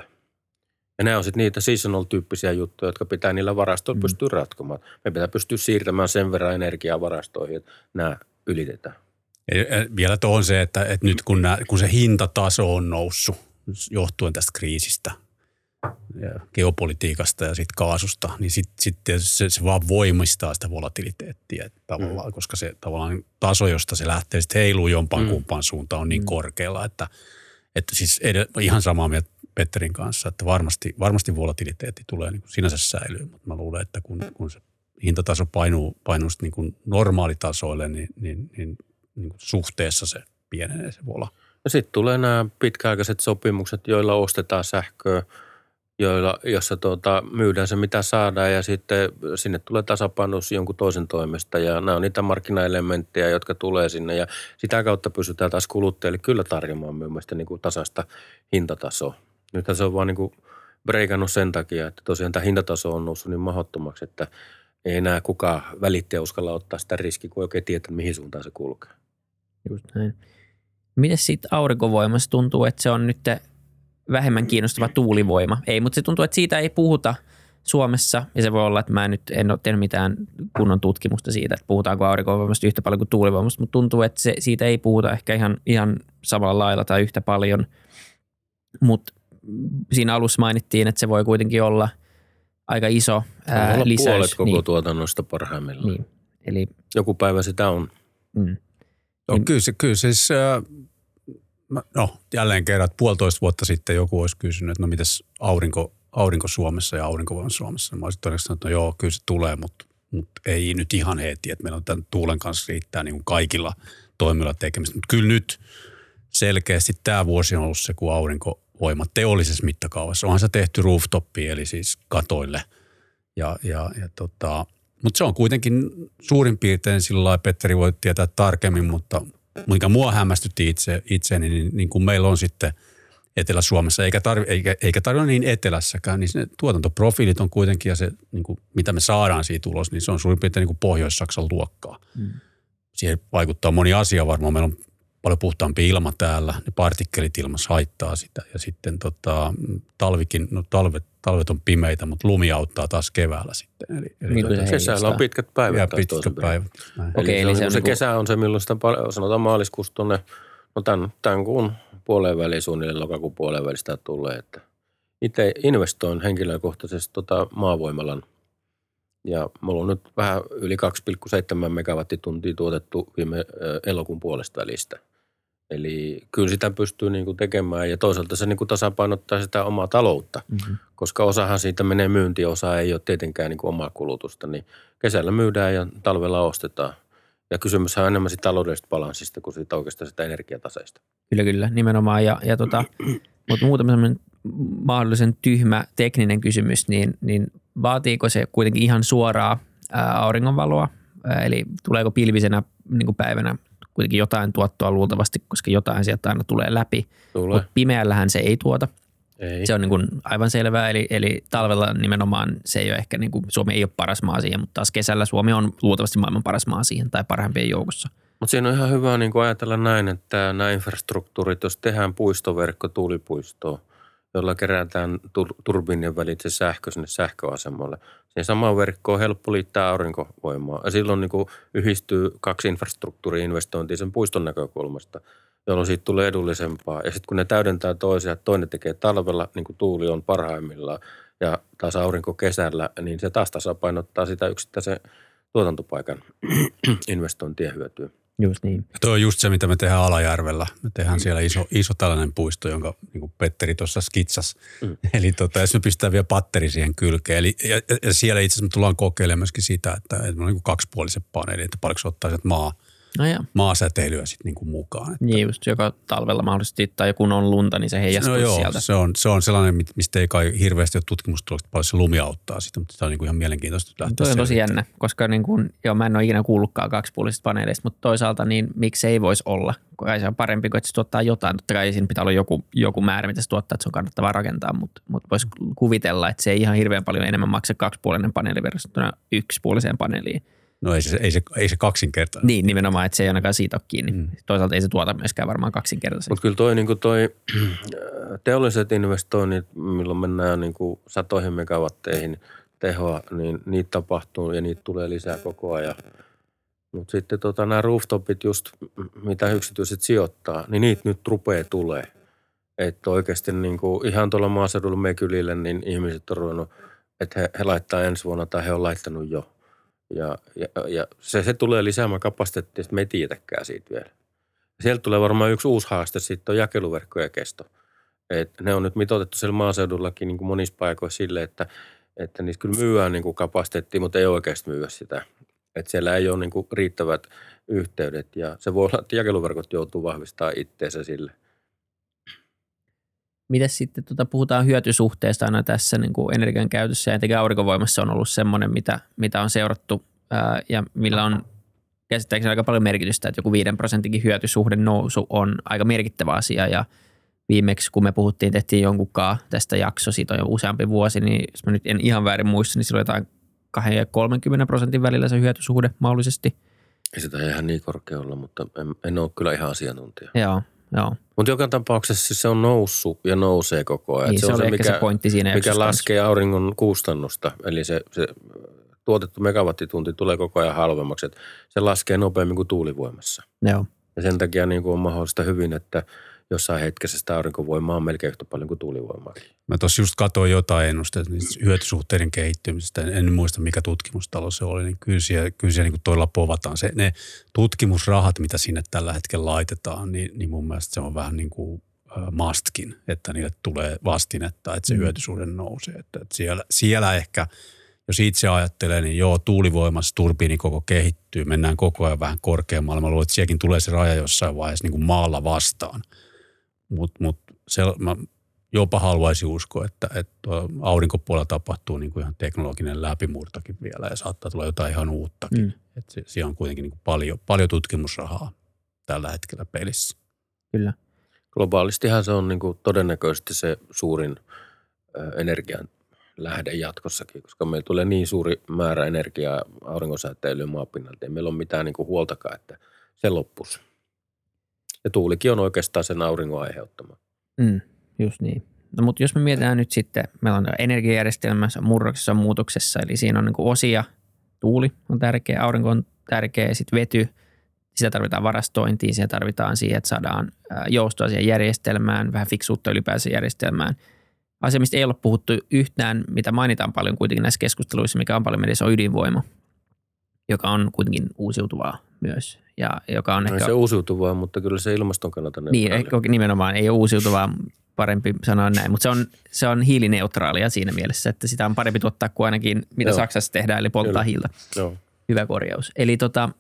[SPEAKER 2] Ja nämä on sitten niitä seasonal-tyyppisiä juttuja, jotka pitää niillä varastoilla pystyä ratkomaan. Me pitää pystyä siirtämään sen verran energiaa varastoihin, että nämä ylitetään.
[SPEAKER 3] Vielä tuohon se, että nyt kun se hintataso on noussut johtuen tästä kriisistä ja geopolitiikasta ja sitten kaasusta, niin sitten se vaan voimistaa sitä volatiliteettia tavallaan, koska se tavallaan taso, josta se lähtee sitten heiluu jompaan kumpaan suuntaan on niin korkealla, että siis ihan samaa mieltä Petterin kanssa, että varmasti volatiliteetti tulee niin kuin sinänsä säilyy, mutta mä luulen, että kun se hintataso painuu niin kuin normaalitasoille, niin suhteessa se pienenee se vola.
[SPEAKER 2] Ja sitten tulee nämä pitkäaikaiset sopimukset, joilla ostetaan sähköä, jossa myydään se mitä saadaan ja sitten sinne tulee tasapainotus jonkun toisen toimesta ja nämä on niitä markkinaelementtejä, jotka tulee sinne ja sitä kautta pystytään taas kuluttajille kyllä tarjoamaan myös niin kuin tasaista hintatasoa. Nythän se on vaan niin kuin breikannut sen takia, että tosiaan tämä hintataso on noussut niin mahdottomaksi, että ei enää kukaan välittäjä uskalla ottaa sitä riskiä, kun oikein tietää, mihin suuntaan se kulkee.
[SPEAKER 1] Just näin. Miten sitten aurinkovoimassa tuntuu, että se on nyt vähemmän kiinnostava tuulivoima? Ei, mutta se tuntuu, että siitä ei puhuta Suomessa ja se voi olla, että mä nyt en ole tehnyt mitään kunnon tutkimusta siitä, että puhutaanko aurinkovoimasta yhtä paljon kuin tuulivoimasta, mutta tuntuu, että siitä ei puhuta ehkä ihan samalla lailla tai yhtä paljon, mutta siinä alussa mainittiin, että se voi kuitenkin olla aika iso lisäys.
[SPEAKER 2] Puolet koko tuotannosta parhaimmillaan.
[SPEAKER 1] Niin. Eli
[SPEAKER 2] joku päivä sitä on.
[SPEAKER 3] No, kyllä siis, jälleen kerran, että 1,5 vuotta sitten joku olisi kysynyt, että no mitäs aurinko Suomessa ja aurinkovoima Suomessa. Mä olisin todennäköisesti sanonut, että no joo, kyllä se tulee, mutta ei nyt ihan heti, että meillä on tämän tuulen kanssa riittää niin kuin kaikilla toimilla tekemistä. Mutta kyllä nyt selkeästi tämä vuosi on ollut se, kun aurinkovoima teollisessa mittakaavassa. Onhan se tehty rooftoppiin, eli siis katoille mutta se on kuitenkin suurin piirtein sillä lailla, Petteri voi tietää tarkemmin, mutta mikä mua hämmästytti itseäni, niin kun meillä on sitten Etelä-Suomessa, eikä tarvitse niin etelässäkään, niin ne tuotantoprofiilit on kuitenkin, ja se, niin kuin, mitä me saadaan siitä ulos, niin se on suurin piirtein niin kuin Pohjois-Saksan luokkaa. Siihen vaikuttaa moni asia varmaan. Meillä on paljon puhtaampi ilma täällä, ne partikkelit ilmassa haittaa sitä, ja sitten talvikin, no talvet on pimeitä, mutta lumi auttaa taas keväällä sitten.
[SPEAKER 2] Eli kesällä on pitkät päivät.
[SPEAKER 3] Pitkät päivät.
[SPEAKER 2] Eli se kesä on se, milloin sitä sanotaan maaliskuusta tuonne, no tämän kuun puoleen väliin suunnilleen, lokakuun puoleen väliin sitä tulee. Että itse investoin henkilökohtaisesti maavoimalan. Ja mulla on nyt vähän yli 2,7 megawattituntia tuotettu viime elokuun puolesta välistä. Eli kyllä sitä pystyy niin kuin tekemään ja toisaalta se niin kuin tasapainottaa sitä omaa taloutta, koska osahan siitä menee myyntiin, osa ei ole tietenkään niin kuin omaa kulutusta, niin kesällä myydään ja talvella ostetaan. Ja kysymyshän on enemmän siitä taloudellisesta balanssista kuin siitä oikeastaan sitä energiataseesta.
[SPEAKER 1] Kyllä, nimenomaan. Mutta muutama sellainen mahdollisen tyhmä tekninen kysymys, niin vaatiiko se kuitenkin ihan suoraa auringonvaloa? Eli tuleeko pilvisenä niin kuin päivänä kuitenkin jotain tuottoa luultavasti, koska jotain sieltä aina tulee läpi. Mutta pimeällähän se ei tuota.
[SPEAKER 2] Ei.
[SPEAKER 1] Se on niin kuin aivan selvää, eli talvella nimenomaan se ei ole ehkä, niin kuin, Suomi ei ole paras maa siihen, mutta taas kesällä Suomi on luultavasti maailman paras maa siihen tai parhaimpien joukossa.
[SPEAKER 2] Mutta siinä on ihan hyvä niin kuin ajatella näin, että nämä infrastruktuurit, jos tehdään puistoverkko, tuulipuistoa, jolla kerätään turbiinien välitse sähkö sinne sähköasemalle. Siihen samaan verkkoon on helppo liittää aurinkovoimaa. Ja silloin niin kuin yhdistyy 2 infrastruktuuri-investointia sen puiston näkökulmasta, jolloin siitä tulee edullisempaa. Ja sitten kun ne täydentää toisiaan, toinen tekee talvella, niin kuin tuuli on parhaimmillaan, ja taas aurinko kesällä, niin se taas tasapainottaa sitä yksittäisen tuotantopaikan investointien hyötyä.
[SPEAKER 1] Just niin.
[SPEAKER 3] Ja tuo on just se, mitä me tehdään Alajärvellä. Me tehdään siellä iso tällainen puisto, jonka niin kuin Petteri tuossa skitsasi. Eli jos me pistetään vielä patteri siihen kylkeen. Eli, ja siellä itse asiassa me tullaan kokeilemaan myöskin sitä, että me on niin kuin 2-puoliset paneelit, että paljonko se ottaa sieltä maasäteilyä sitten niin kuin mukaan. Että.
[SPEAKER 1] Niin just, joka talvella mahdollisesti, tai kun on lunta, niin se heijastuu sieltä.
[SPEAKER 3] Se on sellainen, mistä ei kai hirveästi ole tutkimustulokset, paljon se lumi auttaa sitä, mutta se on niin kuin ihan mielenkiintoista lähteä.
[SPEAKER 1] Tuo on tosi jännä, koska niin kuin, mä en ole ikinä kuullutkaan 2-puolisista paneeleista, mutta toisaalta niin miksi ei voisi olla, kun se on parempi kuin, että se tuottaa jotain. Totta kai siinä pitää olla joku määrä, mitä se tuottaa, että se on kannattavaa rakentaa, mutta voisi kuvitella, että se ei ihan hirveän paljon enemmän maksa 2-puolinen paneeli verrattuna 1-puoliseen paneeliin.
[SPEAKER 3] No ei se kaksinkertainen.
[SPEAKER 1] Niin, nimenomaan, että se ei ainakaan siitä ole kiinni. Toisaalta ei se tuota myöskään varmaan kaksinkertaisesti.
[SPEAKER 2] Mutta kyllä toi teolliset investoinnit, milloin mennään niin kuin satoihin megawatteihin tehoa, niin niitä tapahtuu ja niitä tulee lisää koko ajan. Mutta sitten nämä rooftopit just, mitä yksityiset sijoittaa, niin niitä nyt rupeaa tulee. Että oikeasti niin kuin ihan tuolla maaseudulla mekylille, niin ihmiset on ruvennut, että he laittaa ensi vuonna tai he on laittanut jo. Ja se tulee lisäämään kapasiteettia, että me ei tiedäkään siitä vielä. Sieltä tulee varmaan yksi uusi haaste, sitten on jakeluverkkojen kesto. Et ne on nyt mitoitettu siellä maaseudullakin niin kuin monissa paikoissa sille, että niissä kyllä myyään niin kuin kapasiteettia, mutta ei oikeasti myyä sitä. Että siellä ei ole niin kuin riittävät yhteydet ja se voi olla, että jakeluverkot joutuu vahvistamaan itseensä sille.
[SPEAKER 1] Mites sitten puhutaan hyötysuhteesta aina tässä niin kuin energian käytössä ja etenkin aurinkovoimassa on ollut semmoinen, mitä on seurattu ja millä on käsittääkseni aika paljon merkitystä, että joku 5% hyötysuhden nousu on aika merkittävä asia ja viimeksi kun me tehtiin jonkunkaan tästä jakso, siitä on jo useampi vuosi, niin jos mä nyt en ihan väärin muista, niin silloin jotain 20-30% välillä se hyötysuhde mahdollisesti.
[SPEAKER 2] Ei sitä ihan niin korkea olla, mutta en ole kyllä ihan asiantuntija.
[SPEAKER 1] Joo.
[SPEAKER 2] Mutta joka tapauksessa se on noussut ja nousee koko ajan.
[SPEAKER 1] Niin, se on se pointti siinä
[SPEAKER 2] mikä laskee auringon kustannusta. Eli se tuotettu megawattitunti tulee koko ajan halvemmaksi. Se laskee nopeammin kuin tuulivoimassa.
[SPEAKER 1] Joo.
[SPEAKER 2] Ja sen takia niin kuin on mahdollista hyvin, että jossain hetkessä sitä aurinkovoimaa on melkein yhtä paljon kuin tuulivoimaa.
[SPEAKER 3] Mä tuossa just katsoin jotain ennusteita hyötysuhteiden kehittymisestä. En muista, mikä tutkimustalo se oli. Niin kyllä siellä niin kuin toilla povataan. Ne tutkimusrahat, mitä sinne tällä hetkellä laitetaan, niin mun mielestä se on vähän niin kuin mustkin, että niille tulee vastinetta, että se hyötysuhde nousee. Että siellä ehkä, jos itse ajattelee, niin joo, tuulivoimassa turbiini koko kehittyy. Mennään koko ajan vähän korkeammalle. Mä luulen, että sielläkin tulee se raja jossain vaiheessa niin kuin maalla vastaan. Mutta mä jopa haluaisin uskoa, että aurinkopuolella tapahtuu niin kuin ihan teknologinen läpimurtakin vielä ja saattaa tulla jotain ihan uuttakin. Että siellä on kuitenkin niin kuin paljon tutkimusrahaa tällä hetkellä pelissä.
[SPEAKER 1] Kyllä.
[SPEAKER 2] Globaalistihan se on niin kuin todennäköisesti se suurin energian lähde jatkossakin, koska meillä tulee niin suuri määrä energiaa aurinkosäteilyä maapinnalta. Ei meillä ole mitään niin kuin huoltakaan, että se loppuisi. Ja tuulikin on oikeastaan sen auringon aiheuttama.
[SPEAKER 1] Just niin. No mutta jos me mietitään nyt sitten, meillä on energiajärjestelmässä murroksessa muutoksessa, eli siinä on niin kuin osia, tuuli on tärkeä, aurinko on tärkeä, sitten vety, sitä tarvitaan varastointiin, sitä tarvitaan siihen, että saadaan joustoa siihen järjestelmään, vähän fiksuutta ylipäänsä järjestelmään. Asia, mistä ei ole puhuttu yhtään, mitä mainitaan paljon kuitenkin näissä keskusteluissa, mikä on paljon mediassa, on ydinvoima, joka on kuitenkin uusiutuvaa myös, ja joka on
[SPEAKER 2] No
[SPEAKER 1] ehkä...
[SPEAKER 2] se uusiutuvaa, mutta kyllä se ilmaston kannalta
[SPEAKER 1] Niin, nimenomaan ei ole uusiutuvaa, parempi sanoa näin, mutta se on hiilineutraalia siinä mielessä, että sitä on parempi tuottaa kuin ainakin mitä Saksassa tehdään, eli polttaa hiiltä.
[SPEAKER 2] Joo.
[SPEAKER 1] Hyvä korjaus. Eli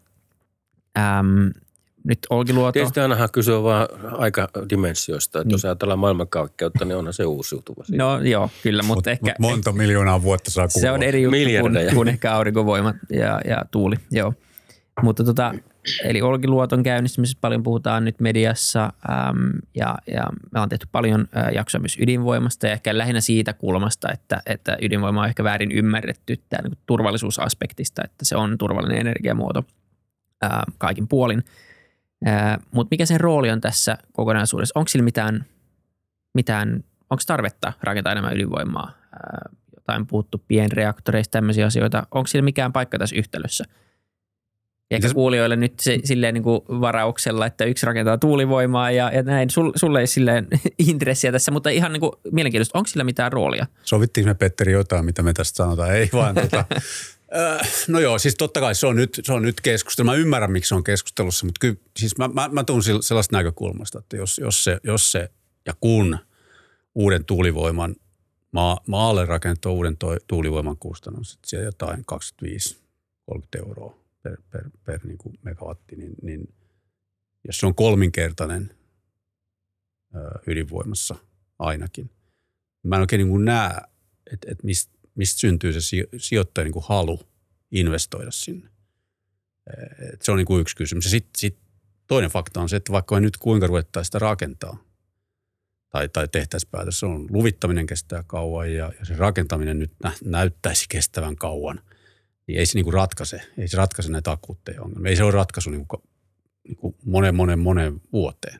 [SPEAKER 1] nyt Olkiluoto...
[SPEAKER 2] Tietysti ainahan kysyä vaan aikadimensioista, että jos ajatellaan maailmankaikkeutta, niin onhan se uusiutuva.
[SPEAKER 1] No joo, kyllä, mutta ehkä...
[SPEAKER 3] monta miljoonaa vuotta saa kuulua.
[SPEAKER 1] Se on eri juttu kuin ehkä aurinkovoima ja tuuli, joo. Mutta eli Olkiluoton käynnistymisessä paljon puhutaan nyt mediassa ja me ollaan tehty paljon jaksoja myös ydinvoimasta ja ehkä lähinnä siitä kulmasta, että ydinvoima on ehkä väärin ymmärretty tämän niin turvallisuusaspektista, että se on turvallinen energiamuoto kaikin puolin. Mutta mikä sen rooli on tässä kokonaisuudessa? Onko sillä onko tarvetta rakentaa enemmän ydinvoimaa? Jotain puhuttu pienreaktoreista, tämmöisiä asioita. Onko sillä mikään paikka tässä yhtälössä? Ehkä kuulijoille nyt silleen niin kuin varauksella, että yksi rakentaa tuulivoimaa ja näin. Sulle ei silleen intressiä tässä, mutta ihan niin kuin mielenkiintoista. Onko sillä mitään roolia?
[SPEAKER 3] Sovittiinko me, Petteri, jotain, mitä me tästä sanotaan? Ei vaan. No joo, siis totta kai se on nyt keskustelu. Mä ymmärrän, miksi se on keskustelussa, mutta kyllä siis mä tuun sellaista näkökulmasta, että jos se ja kun uuden tuulivoiman, maalle rakentaa uuden tuulivoiman kustannus, että siellä jotain 25-30 euroa per niin kuin megawatti, niin jos se on kolminkertainen ydinvoimassa ainakin, mä en oikein niin kuin näe, että mistä syntyy se sijoittajan niin kuin halu investoida sinne. Et se on niin kuin yksi kysymys. Ja sitten toinen fakta on se, että vaikka nyt kuinka ruvettaisiin sitä rakentaa tai tehtäisiin päätös, se on luvittaminen kestää kauan ja se rakentaminen nyt näyttäisi kestävän kauan, niin ei se niin kuin ratkaise näitä akuutteja ongelmia. Ei se ole ratkaisu niin kuin monen vuoteen.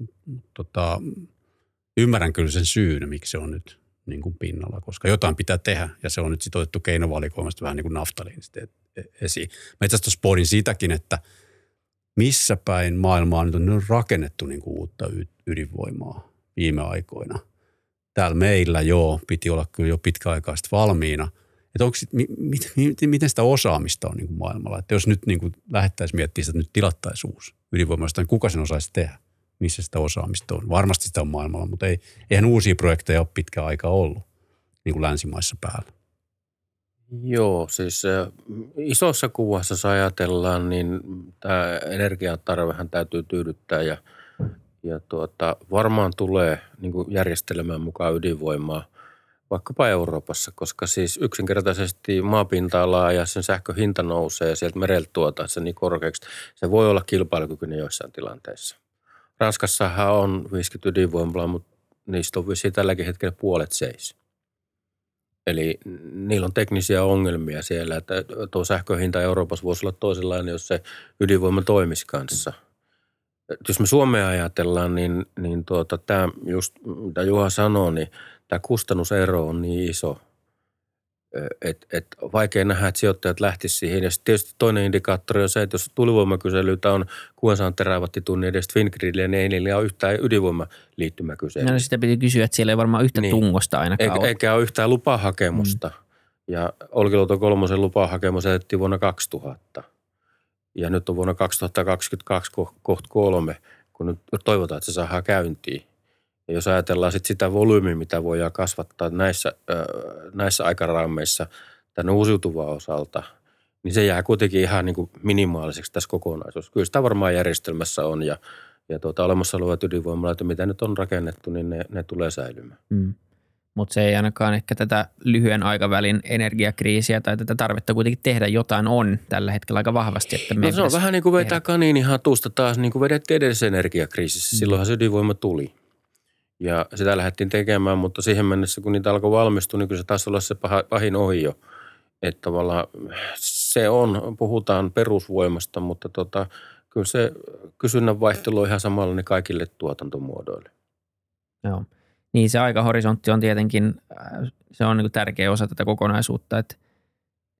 [SPEAKER 3] Ymmärrän kyllä sen syyn, miksi se on nyt niin kuin pinnalla, koska jotain pitää tehdä ja se on nyt sitten otettu keinovalikoimasta vähän niin kuin naftaliinista esiin. Mä itse asiassa pohdin sitäkin, että missä päin maailmaa nyt on rakennettu niin kuin uutta ydinvoimaa viime aikoina. Täällä meillä piti olla kyllä jo pitkäaikaisesti valmiina. Että onko miten sitä osaamista on niin kuin maailmalla? Että jos nyt niin kuin lähdettäisiin miettimään, että nyt tilattaisiin uusi ydinvoimasta, niin kuka sen osaisi tehdä? Missä sitä osaamista on? Varmasti sitä on maailmalla, mutta eihän uusia projekteja ole pitkään aikaa ollut niin kuin länsimaissa päällä. Joo,
[SPEAKER 2] siis isossa kuvassa, jos ajatellaan, niin tämä energiatarvehan täytyy tyydyttää ja varmaan tulee niin kuin järjestelmään mukaan ydinvoimaa vaikkapa Euroopassa, koska siis yksinkertaisesti maapinta-alaa ja sen sähkön hinta nousee ja sieltä mereltä tuotaan se niin korkeaksi. Se voi olla kilpailukykyinen joissain tilanteissa. Ranskassahan on 50 ydinvoimalaa, mutta niistä on vissiin tälläkin hetkellä puolet seis. Eli niillä on teknisiä ongelmia siellä, että tuo sähköhinta Euroopassa voisi olla toisenlainen, jos se ydinvoima toimisi kanssa. Jos me Suomea ajatellaan, niin tämä just mitä Juha sanoi, niin tämä kustannusero on niin iso, että vaikea nähdä, että sijoittajat lähtisivät siihen. Ja sitten tietysti toinen indikaattori on se, että jos tuulivoimakyselyitä on 600 terawattitunnin edestä Fingridille, niin ei niillä ole yhtään ydinvoimaliittymäkyselyä.
[SPEAKER 1] No sitä piti kysyä, että siellä ei varmaan yhtä tungosta ainakaan ole.
[SPEAKER 2] Eikä ole yhtään lupahakemusta. Ja Olkiluoto 3 lupahakemus jätettiin vuonna 2000. Ja nyt on vuonna 2022 kohta 3, kun nyt toivotaan, että se saadaan käyntiin. Ja jos ajatellaan sitten sitä volyymiä, mitä voidaan kasvattaa näissä aikaraameissa tänne uusiutuvaa osalta, niin se jää kuitenkin ihan niin kuin minimaaliseksi tässä kokonaisuudessa. Kyllä sitä varmaan järjestelmässä on ja olemassa olevat ydinvoimalat, mitä nyt on rakennettu, niin ne tulee säilymään.
[SPEAKER 1] Mutta se ei ainakaan ehkä tätä lyhyen aikavälin energiakriisiä tai tätä tarvetta kuitenkin tehdä jotain on tällä hetkellä aika vahvasti. Että
[SPEAKER 2] se on vähän niin kuin vetää kaniinin hatusta taas, niin kuin vedettiin edellisessä energiakriisissä. Silloinhan se ydinvoima tuli. Ja sitä lähdettiin tekemään, mutta siihen mennessä, kun niitä alkoi valmistua, niin kyllä se taisi olla se pahin ohi jo. Että tavallaan se on, puhutaan perusvoimasta, mutta kyllä se kysynnän vaihtelu on ihan samanlainen kaikille tuotantomuodoille.
[SPEAKER 1] Joo. Niin se aikahorisontti on tietenkin, se on niin kuin tärkeä osa tätä kokonaisuutta, että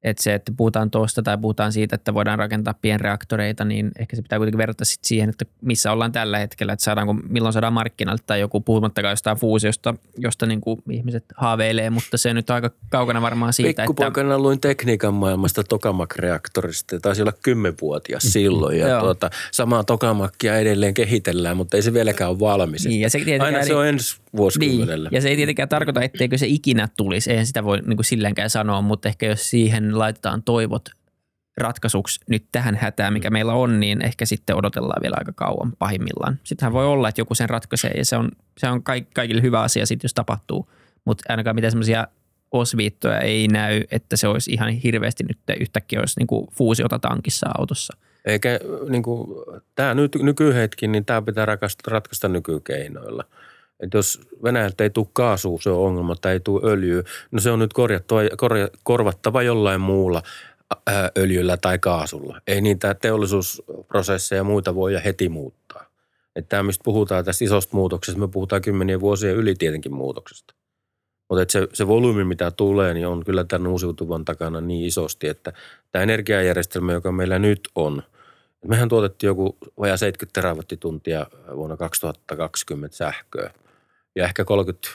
[SPEAKER 1] Että se, että puhutaan tuosta tai puhutaan siitä, että voidaan rakentaa pienreaktoreita, niin ehkä se pitää kuitenkin verrata sit siihen, että missä ollaan tällä hetkellä, että milloin saadaan markkinalle tai joku, puhumattakaan jostain fuusiosta, josta niin kuin ihmiset haaveilee, mutta se nyt aika kaukana varmaan siitä,
[SPEAKER 2] Pikkupoikana luin tekniikan maailmasta tokamak-reaktorista, taisi olla 10-vuotias silloin ja samaa tokamakkia edelleen kehitellään, mutta ei se vieläkään ole valmis.
[SPEAKER 1] Niin, ja
[SPEAKER 2] aina se on ensi vuosikymmenellä.
[SPEAKER 1] Niin, ja se ei tietenkään tarkoita, etteikö se ikinä tulisi, eihän sitä voi niin kuin silleenkään sanoa, mutta ehkä jos siihen laitetaan toivot ratkaisuksi nyt tähän hätään, mikä meillä on, niin ehkä sitten odotellaan vielä aika kauan pahimmillaan. Sittenhän voi olla, että joku sen ratkaisee ja se on kaikille hyvä asia sitten, jos tapahtuu, mutta ainakaan mitään semmoisia osviittoja ei näy, että se olisi ihan hirveästi nyt yhtäkkiä olisi niin kuin fuusiota tankissa autossa.
[SPEAKER 2] Eikä niin kuin, tämä nykyhetki, niin tämä pitää ratkaista nykykeinoilla. Että jos Venäjältä ei tule kaasua, se on ongelma, tai ei tule öljyä, no se on nyt korvattava jollain muulla öljyllä tai kaasulla. Ei niitä teollisuusprosesseja ja muita voi heti muuttaa. Että tämä, mistä puhutaan tästä isosta muutoksesta, me puhutaan 10 vuosia yli tietenkin muutoksesta. Mutta se volyymi, mitä tulee, niin on kyllä tämän uusiutuvan takana niin isosti, että tämä energiajärjestelmä, joka meillä nyt on, mehän tuotettiin joku vajaa 70 terawattituntia vuonna 2020 sähköä. Ja ehkä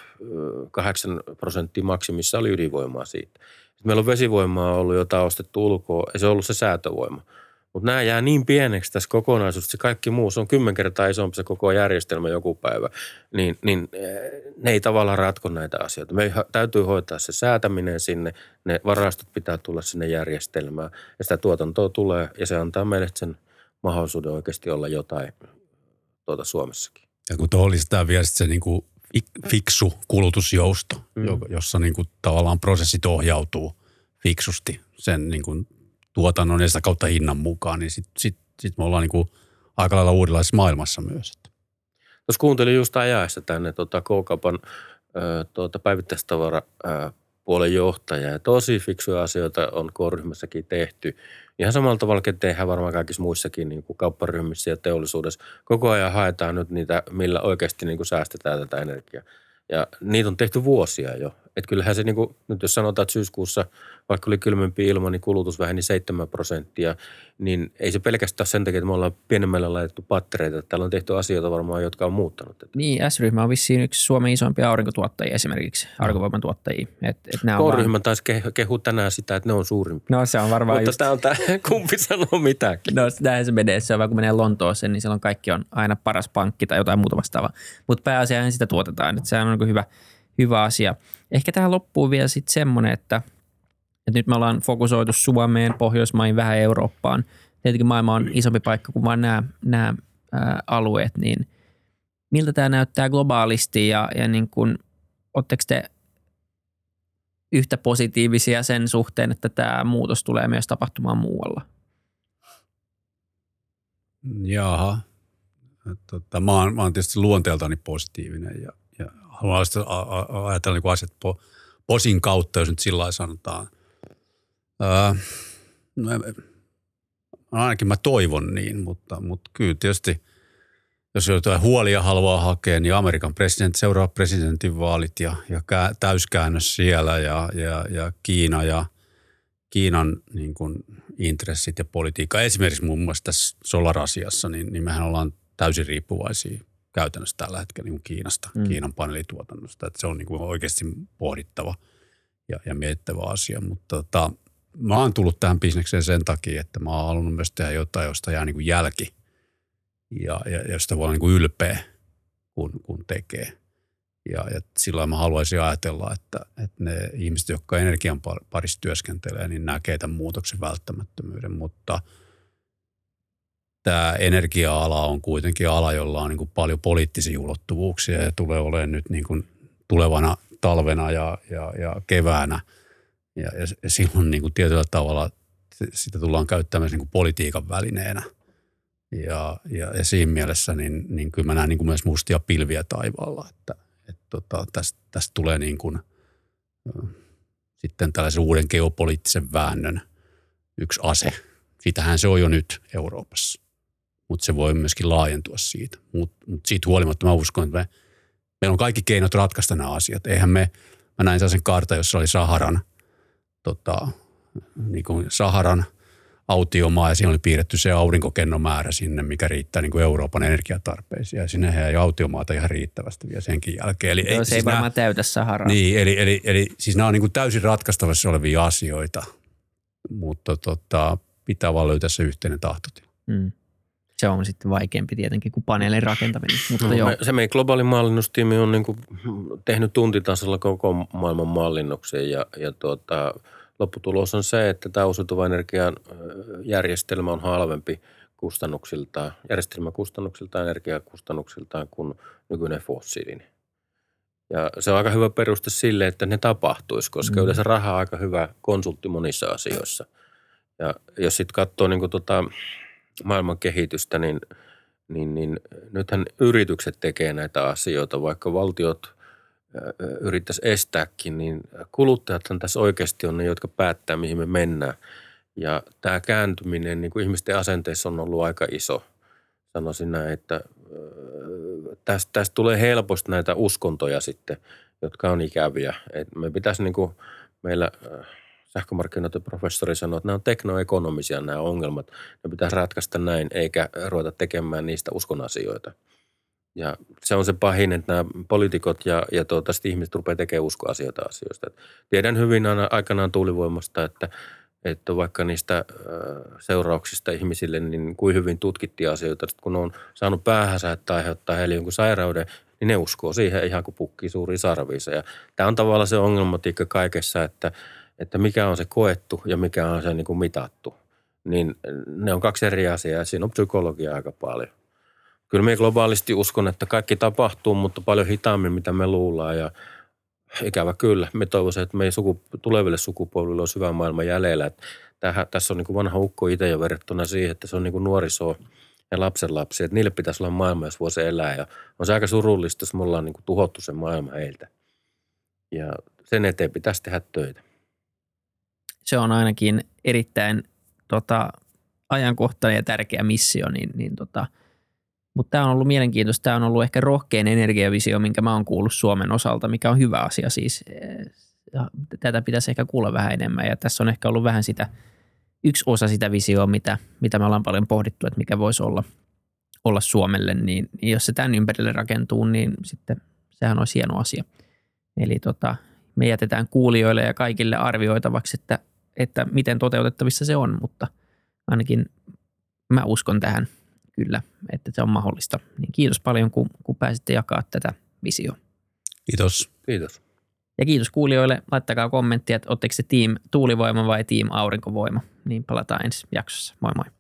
[SPEAKER 2] 38% maksimissa oli ydinvoimaa siitä. Sitten meillä on vesivoimaa ollut, jota on ostettu ulkoa, ja se on ollut se säätövoima. Mutta nämä jää niin pieneksi tässä kokonaisuudessa, se kaikki muu, se on 10 kertaa isompi se koko järjestelmä joku päivä, niin ne ei tavallaan ratko näitä asioita. Me täytyy hoitaa se säätäminen sinne, ne varastot pitää tulla sinne järjestelmään, ja sitä tuotantoa tulee, ja se antaa meille sen mahdollisuuden oikeasti olla jotain Suomessakin.
[SPEAKER 3] Ja kun tuohon lisätään vielä se niin kuin fiksu kulutusjousto, jossa niin kuin tavallaan prosessit ohjautuu fiksusti sen niin kuin tuotannon ja sitä kautta hinnan mukaan, niin sit me ollaan niin kuin aika lailla uudenlaisessa maailmassa myös.
[SPEAKER 2] Tuossa kuuntelin just ajaessa tänne K-kaupan päivittäistavara puolen johtaja ja tosi fiksuja asioita on K-ryhmässäkin tehty. Ihan samalla tavalla tehdään varmaan kaikissa muissakin niin kuin kaupparyhmissä ja teollisuudessa. Koko ajan haetaan nyt niitä, millä oikeasti niin kuin säästetään tätä energiaa. Ja niitä on tehty vuosia jo. Että kyllähän se, niin kuin, nyt jos sanotaan, että syyskuussa vaikka oli kylmempi ilma, niin kulutus väheni 7%, niin ei se pelkästään sen takia, että me ollaan pienemmällä laitettu pattereita. Täällä on tehty asioita varmaan, jotka on muuttanut tätä.
[SPEAKER 1] Niin, S-ryhmä on vissiin yksi Suomen isompia aurinkotuottajia esimerkiksi, aurinkovoiman tuottajia.
[SPEAKER 2] K-ryhmä taisi kehua tänään sitä, että ne on suurimpia.
[SPEAKER 1] No se on varmaan
[SPEAKER 2] mutta
[SPEAKER 1] just.
[SPEAKER 2] Tämä on kumpi sanoo mitäkin.
[SPEAKER 1] No näin se menee, se on vaan kun menee Lontooseen, niin silloin kaikki on aina paras pankki tai jotain muuta vastaavaa. Mutta pääasiassa sitä tuotetaan, että se on niin hyvä asia. Ehkä tähän loppuu vielä sitten semmoinen, että nyt me ollaan fokusoitu Suomeen, Pohjoismaihin, vähän Eurooppaan. Tietenkin maailma on isompi paikka kuin vain nämä alueet, niin miltä tämä näyttää globaalisti ja niin kuin, ootteko te yhtä positiivisia sen suhteen, että tämä muutos tulee myös tapahtumaan muualla?
[SPEAKER 3] Jaha. Mä oon tietysti luonteeltani positiivinen ja haluan ajatella niin asiat posin kautta, jos nyt sillä lailla sanotaan. Ainakin mä toivon niin, mutta kyllä tietysti, jos jotain huolia haluaa hakea, niin Amerikan seuraava presidentinvaalit ja täyskäännös siellä ja Kiinan niin kuin intressit ja politiikka. Esimerkiksi muun muassa tässä Solar-asiassa, niin mehän ollaan täysin riippuvaisia käytännössä tällä hetkellä niin kuin Kiinasta, Kiinan paneelituotannosta. Että se on niin kuin oikeasti pohdittava ja mietittävä asia. Mutta mä oon tullut tähän bisnekseen sen takia, että mä oon halunnut myös tehdä jotain, josta jää niin kuin jälki ja josta voi olla niin kuin ylpeä, kun tekee. Ja silloin mä haluaisin ajatella, että ne ihmiset, jotka energian parissa työskentelee, niin näkee tämän muutoksen välttämättömyyden, mutta tämä energia-ala on kuitenkin ala, jolla on niin kuin paljon poliittisia ulottuvuuksia ja tulee olemaan nyt niin kuin tulevana talvena ja keväänä. Ja silloin niin kuin tietyllä tavalla sitä tullaan käyttämään niin kuin politiikan välineenä. Ja siinä mielessä niin kyllä mä näen niin kuin myös mustia pilviä taivaalla, että tästä tulee niin kuin, sitten tällaisen uuden geopoliittisen väännön yksi ase. Siitähän se on jo nyt Euroopassa, mutta se voi myöskin laajentua siitä. Mutta siitä huolimatta mä uskon, että meillä on kaikki keinot ratkaista nämä asiat. Eihän mä näin sellaisen kartan, jossa oli Saharan niin kuin Saharan autiomaa ja siinä oli piirretty se aurinkokennomäärä sinne, mikä riittää niin kuin Euroopan energiatarpeisiin. Ja sinne ei autiomaata ihan riittävästi vielä senkin jälkeen. Eli
[SPEAKER 1] se ei siis varmaan täytä Saharaa.
[SPEAKER 3] Niin, eli siis nämä on niin kuin täysin ratkaistavassa olevia asioita, mutta pitää vaan löytää se yhteinen tahtotila.
[SPEAKER 1] Se on sitten vaikeampi tietenkin kuin paneelin rakentaminen. Mutta joo.
[SPEAKER 2] Se meidän globaali mallinnustiimi on niin kuin tehnyt tuntitasolla koko maailman mallinnuksen ja lopputulos on se, että tämä uusiutuva energian järjestelmä on halvempi järjestelmäkustannuksiltaan, energiakustannuksiltaan kuin nykyinen fossiilinen. Ja se on aika hyvä peruste sille, että ne tapahtuisi, koska yleensä raha on aika hyvä konsultti monissa asioissa. Ja jos sitten katsoo niin kuin maailman kehitystä, niin nythän yritykset tekee näitä asioita, vaikka valtiot yrittäisi estääkin, niin kuluttajathan tässä oikeasti on ne, jotka päättää, mihin me mennään. Ja tämä kääntyminen niin kuin ihmisten asenteissa on ollut aika iso. Sanoisin näin, että tästä tulee helposti näitä uskontoja sitten, jotka on ikäviä. Et me pitäisi niin kuin meillä sähkömarkkinoiden professori sanoi, että nämä on teknoekonomisia nämä ongelmat. Ne pitäisi ratkaista näin, eikä ruveta tekemään niistä uskon asioita. Ja se on se pahin, että nämä poliitikot ja ihmiset rupeaa tekemään uskoasioita asioista. Tiedän hyvin aikanaan tuulivoimasta, että vaikka niistä seurauksista ihmisille, niin kuin hyvin tutkittiin asioita. Sitten kun on saanut päähänsä, että aiheuttaa heille jonkun sairauden, niin ne uskoo siihen ihan kuin pukkii suuriin sarviinsa. Ja tämä on tavallaan se ongelmatiikka kaikessa, että mikä on se koettu ja mikä on se niin kuin mitattu. Niin ne on kaksi eri asiaa ja siinä on psykologiaa aika paljon. Kyllä me globaalisti uskon, että kaikki tapahtuu, mutta paljon hitaammin, mitä me luullaan. Ja ikävä kyllä. Me toivoisin, että meidän tuleville sukupolville olisi hyvä maailma jäljellä. Tässä on niin kuin vanha ukko itse jo verrattuna siihen, että se on niin kuin nuorisoa ja lapsenlapsia. Että niille pitäisi olla maailma, jos voisi elää. Ja on se aika surullista, jos me ollaan niin kuin tuhottu se maailma heiltä. Ja sen eteen pitäisi tehdä töitä.
[SPEAKER 1] Se on ainakin erittäin ajankohtainen ja tärkeä missio, mutta tämä on ollut mielenkiintoista. Tämä on ollut ehkä rohkein energiavisio, minkä mä oon kuullut Suomen osalta, mikä on hyvä asia siis. Tätä pitäisi ehkä kuulla vähän enemmän ja tässä on ehkä ollut vähän yksi osa sitä visioa, mitä me ollaan paljon pohdittu, että mikä voisi olla Suomelle, niin jos se tämän ympärille rakentuu, niin sitten sehän olisi hieno asia. Eli me jätetään kuulijoille ja kaikille arvioitavaksi, että miten toteutettavissa se on, mutta ainakin mä uskon tähän kyllä, että se on mahdollista. Niin kiitos paljon, kun pääsitte jakaa tätä visioa.
[SPEAKER 3] Kiitos.
[SPEAKER 2] Kiitos.
[SPEAKER 1] Ja kiitos kuulijoille. Laittakaa kommenttia, että ootteko se team tuulivoima vai team aurinkovoima. Niin palataan ensi jaksossa. Moi moi.